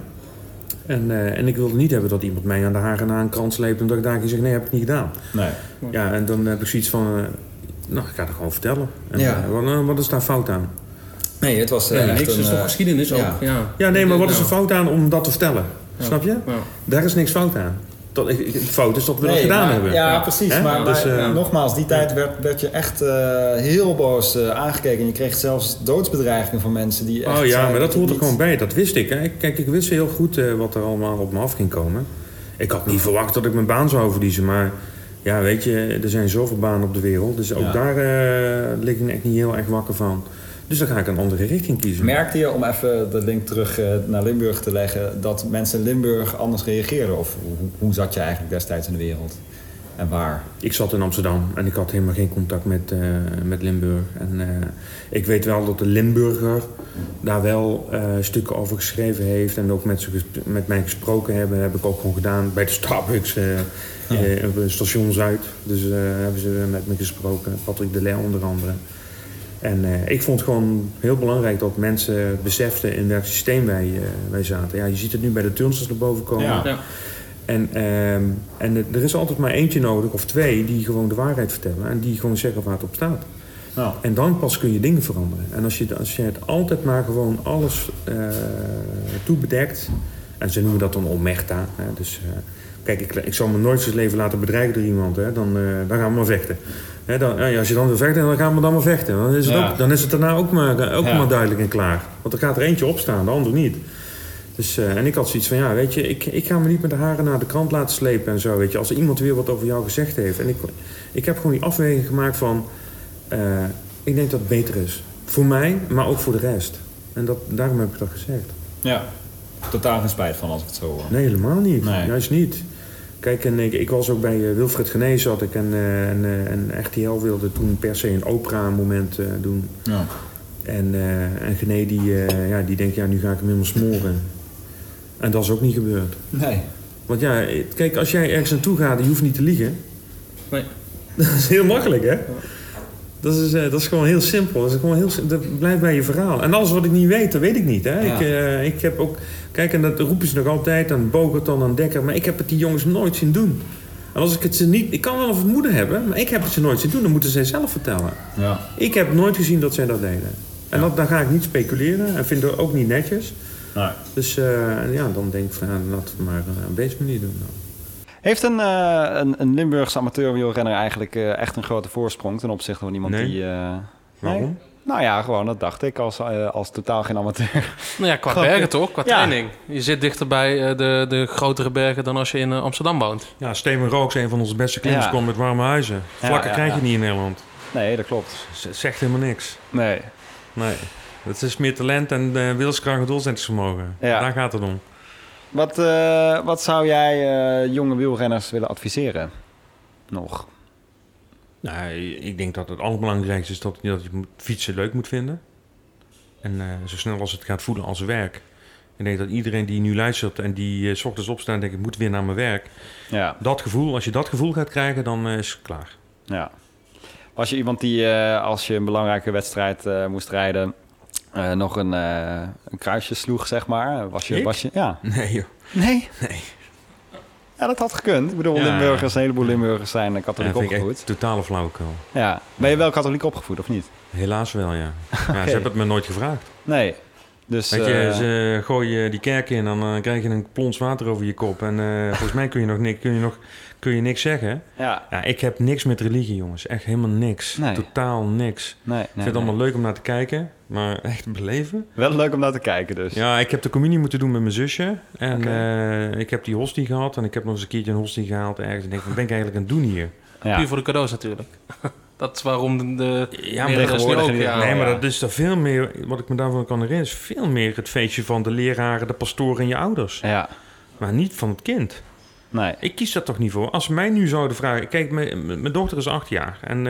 En ik wilde niet hebben dat iemand mij aan de haren na een krant sleept en dat ik daar zeg, nee, heb ik niet gedaan. Nee. Ja, en dan heb ik zoiets van, ik ga het gewoon vertellen. En, wat is daar fout aan? Nee, het was niks. Het is toch geschiedenis ook. Ja, nee, maar wat is er fout aan om dat te vertellen? Ja. Snap je? Ja. Daar is niks fout aan. Het fout is dat we dat gedaan hebben. Ja, precies. Maar nogmaals, die tijd werd je echt heel boos aangekeken. En je kreeg zelfs doodsbedreigingen van mensen die echt... Oh ja, maar dat hoort er gewoon bij. Dat wist ik. Hè. Kijk, ik wist heel goed wat er allemaal op me af ging komen. Ik had niet verwacht dat ik mijn baan zou verliezen. Maar ja, weet je, er zijn zoveel banen op de wereld. Dus ook daar lig ik echt niet heel erg wakker van. Dus dan ga ik een andere richting kiezen. Merkte je, om even de link terug naar Limburg te leggen, dat mensen in Limburg anders reageerden? Of hoe zat je eigenlijk destijds in de wereld? En waar? Ik zat in Amsterdam en ik had helemaal geen contact met Limburg. En ik weet wel dat de Limburger daar wel stukken over geschreven heeft. En ook met mij gesproken hebben. Dat heb ik ook gewoon gedaan bij de Starbucks op station Zuid. Dus hebben ze met me gesproken. Patrick de Leeuw onder andere. En ik vond het gewoon heel belangrijk dat mensen beseften in welk systeem wij zaten. Ja, je ziet het nu bij de turnsters naar boven komen. Ja. En er is altijd maar eentje nodig, of twee, die gewoon de waarheid vertellen. En die gewoon zeggen waar het op staat. Ja. En dan pas kun je dingen veranderen. En als je het altijd maar gewoon alles toebedekt... En ze noemen dat dan omerta. Dus kijk, ik zal me nooit zijn leven laten bedreigen door iemand. Hè, dan gaan we maar vechten. Als je dan wil vechten, dan gaan we dan maar vechten. Dan is het daarna ook maar duidelijk en klaar. Want er gaat er eentje opstaan, de ander niet. Dus, en ik had zoiets van, weet je, ik ga me niet met de haren naar de krant laten slepen en zo. Weet je, als iemand weer wat over jou gezegd heeft. En ik heb gewoon die afweging gemaakt van... ik denk dat het beter is. Voor mij, maar ook voor de rest. En daarom heb ik dat gezegd. Ja, totaal geen spijt van als ik het zo hoor. Nee, helemaal niet. Nee. Juist niet. Kijk, en ik was ook bij Wilfred Gené zat ik en RTL wilde toen per se een opera-moment doen. Ja. En Gené die denkt, nu ga ik hem helemaal smoren. En dat is ook niet gebeurd. Nee. Want ja, kijk, als jij ergens naartoe gaat en je hoeft niet te liegen. Nee. Dat is heel makkelijk, hè? Dat is gewoon heel simpel. Dat blijft bij je verhaal. En alles wat ik niet weet, dat weet ik niet. Hè? Ja. Ik heb ook... Kijk, en dat roepen ze nog altijd aan Bogerton, aan Dekker. Maar ik heb het die jongens nooit zien doen. En als ik het ze niet... Ik kan wel een vermoeden hebben, maar ik heb het ze nooit zien doen. Dan moeten zij zelf vertellen. Ja. Ik heb nooit gezien dat zij dat deden. En daar ga ik niet speculeren. En vind het ook niet netjes. Nee. Dus dan denk ik van... laten we maar op deze manier doen dan. Heeft een Limburgse amateurwielrenner eigenlijk echt een grote voorsprong ten opzichte van iemand die... Waarom? Nee? Nou ja, gewoon dat dacht ik als totaal geen amateur. Nou ja, qua bergen toch? Qua training. Je zit dichter bij de grotere bergen dan als je in Amsterdam woont. Ja, Steven Rooks, een van onze beste klimmers, komt met warme huizen. Vlakken krijg je niet in Nederland. Nee, dat klopt. Zegt helemaal niks. Nee. Het is meer talent en wilskracht en doorzettingsvermogen. Ja. Daar gaat het om. Wat zou jij jonge wielrenners willen adviseren? Nog? Nou, ik denk dat het allerbelangrijkste is dat je fietsen leuk moet vinden. En zo snel als het gaat voelen als werk. Ik denk dat iedereen die nu luistert en die 's ochtends opstaat en denkt... ik moet weer naar mijn werk. Ja. Dat gevoel, als je dat gevoel gaat krijgen, dan is het klaar. Ja. Was je iemand die, als je een belangrijke wedstrijd moest rijden... nog een kruisje sloeg, zeg maar? Was je, ja. Nee, joh. Nee? Ja, dat had gekund. Ik bedoel, Limburgers, een heleboel Limburgers zijn katholiek opgevoed. Echt totale flauwekul. Ja. Ben je wel katholiek opgevoed, of niet? Helaas wel, ja. Okay. Ze hebben het me nooit gevraagd. Nee. Dus, Weet je, ze gooien die kerk in en dan krijg je een plons water over je kop. En volgens mij kun je niks zeggen. Ja. Ja, ik heb niks met religie, jongens. Echt helemaal niks. Nee. Totaal niks. Nee, Ik vind het allemaal leuk om naar te kijken, maar echt beleven. Wel leuk om naar te kijken dus. Ja, ik heb de communie moeten doen met mijn zusje. En ik heb die hostie gehad. En ik heb nog eens een keertje een hostie gehaald ergens. En ik denk, wat ben ik eigenlijk aan het doen hier? Ja. Puur voor de cadeaus natuurlijk. Dat is waarom de tegenwoordig ook. Nee, maar dat is er veel meer... Wat ik me daarvan kan herinneren... is veel meer het feestje van de leraren, de pastoren en je ouders. Ja. Maar niet van het kind. Nee. Ik kies daar toch niet voor. Als ze mij nu zouden vragen... Kijk, mijn dochter is 8 jaar. En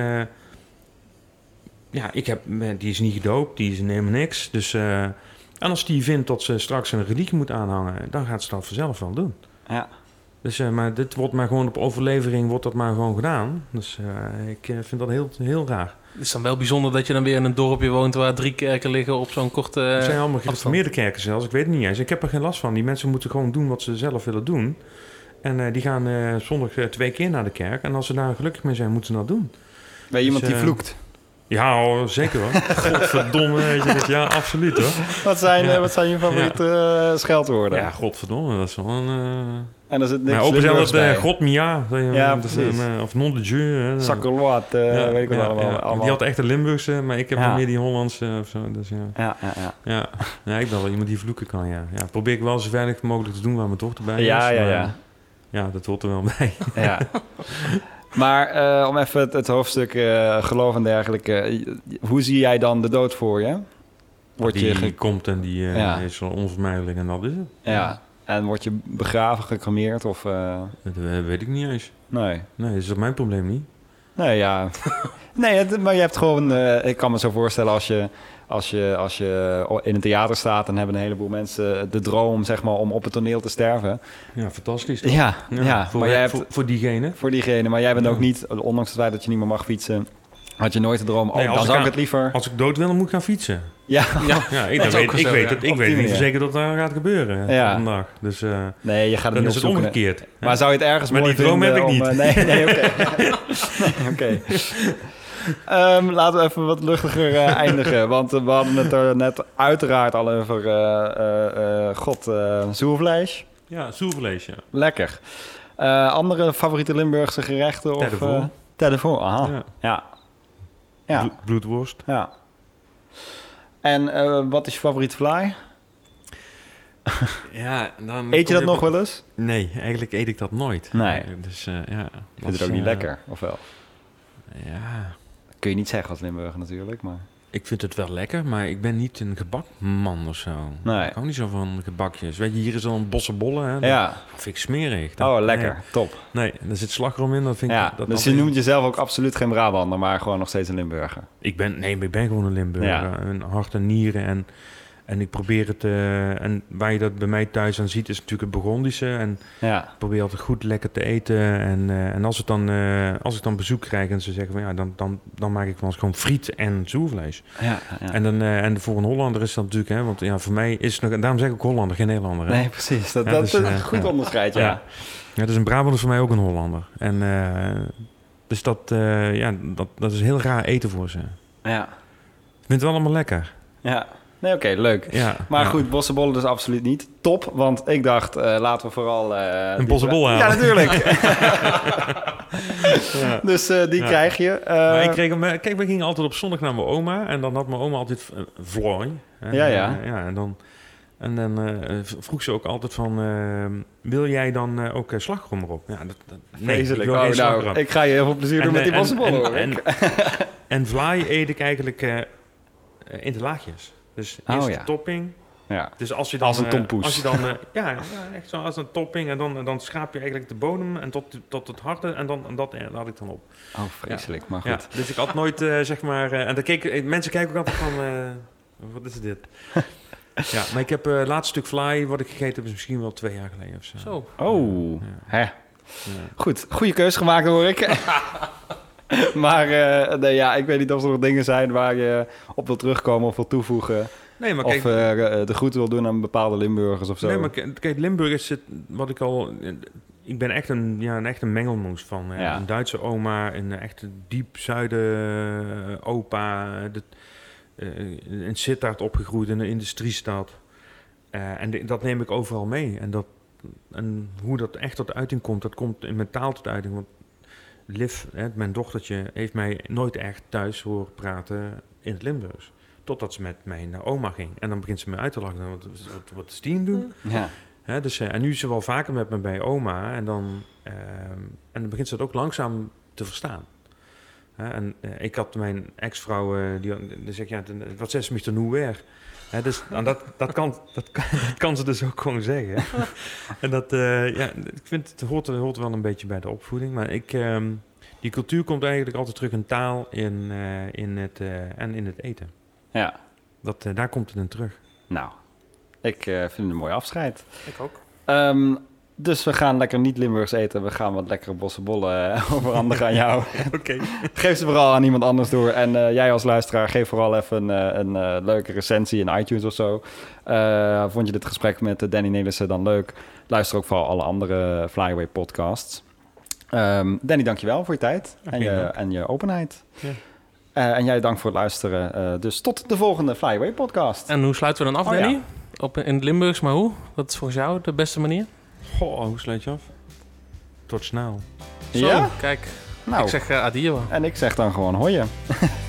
die is niet gedoopt. Die is helemaal niks. Dus... en als die vindt dat ze straks een religie moet aanhangen... dan gaat ze dat vanzelf wel doen. Ja. Dus, maar dit wordt maar gewoon op overlevering... wordt dat maar gewoon gedaan. Dus ik vind dat heel, heel raar. Het is dan wel bijzonder dat je dan weer in een dorpje woont... waar 3 kerken liggen op zo'n korte Het zijn allemaal gereformeerde kerken zelfs. Ik weet het niet eens. Ik heb er geen last van. Die mensen moeten gewoon doen wat ze zelf willen doen. En die gaan zondag 2 keer naar de kerk. En als ze daar gelukkig mee zijn, moeten ze dat doen. Ben je iemand die vloekt? Ja, zeker hoor. Godverdomme, weet je dat? Ja, absoluut hoor. Wat zijn je favoriete scheldwoorden? Ja, godverdomme, dat is wel een... En dan zit niks Limburgs bij. God mia. Ja, precies. Of non de Dieu. Sakkerloat, weet ik wel allemaal. Die had echt de Limburgse, maar ik heb wel meer die Hollandse of zo. Dus ja, ik ben wel iemand die vloeken kan, ja. Probeer ik wel zo veilig mogelijk te doen waar mijn dochter bij is. Ja, dat hoort er wel bij. Ja. Maar om even het hoofdstuk geloof en dergelijke. Hoe zie jij dan de dood voor je? Die komt en die is wel onvermijdelijk en dat is het. Ja. En word je begraven, gecremeerd of... Dat weet ik niet eens. Nee, dat is mijn probleem niet. Nee, ja. Maar je hebt gewoon... ik kan me zo voorstellen als je in een theater staat... dan hebben een heleboel mensen de droom, zeg maar, om op het toneel te sterven. Ja, fantastisch. Ja. Voor diegene. Voor diegene, maar jij bent ook niet... Ondanks het feit dat je niet meer mag fietsen... had je nooit de droom... dan zou ik het liever... Als ik dood wil, dan moet ik gaan fietsen. Ja, ik weet niet zeker dat dat gaat gebeuren vandaag. Dus nee, je gaat het dan niet is het omgekeerd. Maar zou je het ergens mooi vinden? Maar die droom heb ik niet. Nee, oké. Laten we even wat luchtiger eindigen. Want we hadden het er net uiteraard al over zoervlees. Ja, zoervlees, ja. Lekker. Andere favoriete Limburgse gerechten? Telefoon, aha. Ja. Bloedworst. Ja. En wat is je favoriete fly? Ja, dan eet je dat nog wel eens? Nee, eigenlijk eet ik dat nooit. Nee. Dus Vind je het ook niet lekker, of wel? Ja. Kun je niet zeggen als Limburger natuurlijk, maar... Ik vind het wel lekker, maar ik ben niet een gebakman of zo. Nee. Ik hou niet zo van gebakjes. Weet je, hier is al een bossenbollen. Hè? Dat vind ik smerig. Lekker. Top. Nee, er zit slagroom in. Dat vind ik, dus je noemt jezelf ook absoluut geen Brabander, maar gewoon nog steeds een Limburger. Ik ben gewoon een Limburger. Ja. Een hart en nieren en ik probeer het... en waar je dat bij mij thuis aan ziet, is natuurlijk het Burgondische. En ik probeer altijd goed lekker te eten. En als ik dan bezoek krijg en ze zeggen van dan maak ik wel eens gewoon friet en zoervlees. Ja. En voor een Hollander is dat natuurlijk, hè, want voor mij is het nog... Daarom zeg ik ook Hollander, geen Nederlander. Hè? Nee, precies. Dat is een goed onderscheid, ja. Dus een Brabander is voor mij ook een Hollander. En dus dat is heel raar eten voor ze. Ja. Ik vind het wel allemaal lekker. Ja. Nee, oké, leuk. Ja, maar goed, bossenbollen dus absoluut niet. Top, want ik dacht, laten we vooral... een bossenbol halen. Ja, natuurlijk. Dus die krijg je. Maar kijk, we gingen altijd op zondag naar mijn oma. En dan had mijn oma altijd vlooi. En dan vroeg ze ook altijd van... wil jij dan ook slagroom erop? Ja, nee, ik ga je heel veel plezier doen met die bossenbollen. En vlaai eet ik eigenlijk in de laagjes. Dus eerst de topping. Ja. Dus als je dan, als een tompoes. Als je dan, echt zo als een topping. En dan schaap je eigenlijk de bodem en tot het harte. En dat laat ik dan op. Oh, vreselijk, maar goed. Ja, dus ik had nooit, zeg maar... en dan mensen kijken ook altijd van... wat is dit? Ja, maar ik heb het laatste stuk fly wat ik gegeten heb... is misschien wel 2 jaar geleden of zo. Oh, hè. Ja. Goed, goede keuze gemaakt hoor ik. Maar ik weet niet of er nog dingen zijn waar je op wil terugkomen of wil toevoegen. Nee, maar kijk, of de groeten wil doen aan bepaalde Limburgers of zo. Nee, maar kijk, Limburg is wat ik al... Ik ben echt een echte mengelmoes van. Een Duitse oma, een echte diep zuiden opa. in Sittard opgegroeid, in een industriestad. En dat neem ik overal mee. En hoe dat echt tot uiting komt, dat komt in mijn taal tot uiting. Want Liv, mijn dochtertje, heeft mij nooit echt thuis horen praten in het Limburgs. Totdat ze met mij naar oma ging. En dan begint ze me uit te lachen. Wat is die aan doen? Ja. En nu is ze wel vaker met me bij oma. En dan begint ze dat ook langzaam te verstaan. Ik had mijn ex-vrouw, die zegt, wat zegt ze mich er nu weer? Dus dat kan ze dus ook gewoon zeggen. En ik vind het hoort wel een beetje bij de opvoeding. Maar die cultuur komt eigenlijk altijd terug in taal in het eten. Ja. Daar komt het in terug. Nou, ik vind het een mooi afscheid. Ik ook. Dus we gaan lekker niet Limburgs eten. We gaan wat lekkere bossenbollen overhandigen aan jou. Oké. Geef ze vooral aan iemand anders door. En jij als luisteraar, geef vooral even een leuke recensie in iTunes of zo. Vond je dit gesprek met Danny Nelissen dan leuk? Luister ook vooral alle andere Flyaway podcasts. Danny, dankjewel voor je tijd en je openheid. Ja. En jij dank voor het luisteren. Dus tot de volgende Flyaway podcast. En hoe sluiten we dan af, Danny? Ja. In het Limburgs, maar hoe? Wat is volgens jou de beste manier? Goh, hoe sluit je af? Tot snel. Zo, kijk. Nou, ik zeg adieu. En ik zeg dan gewoon hoi.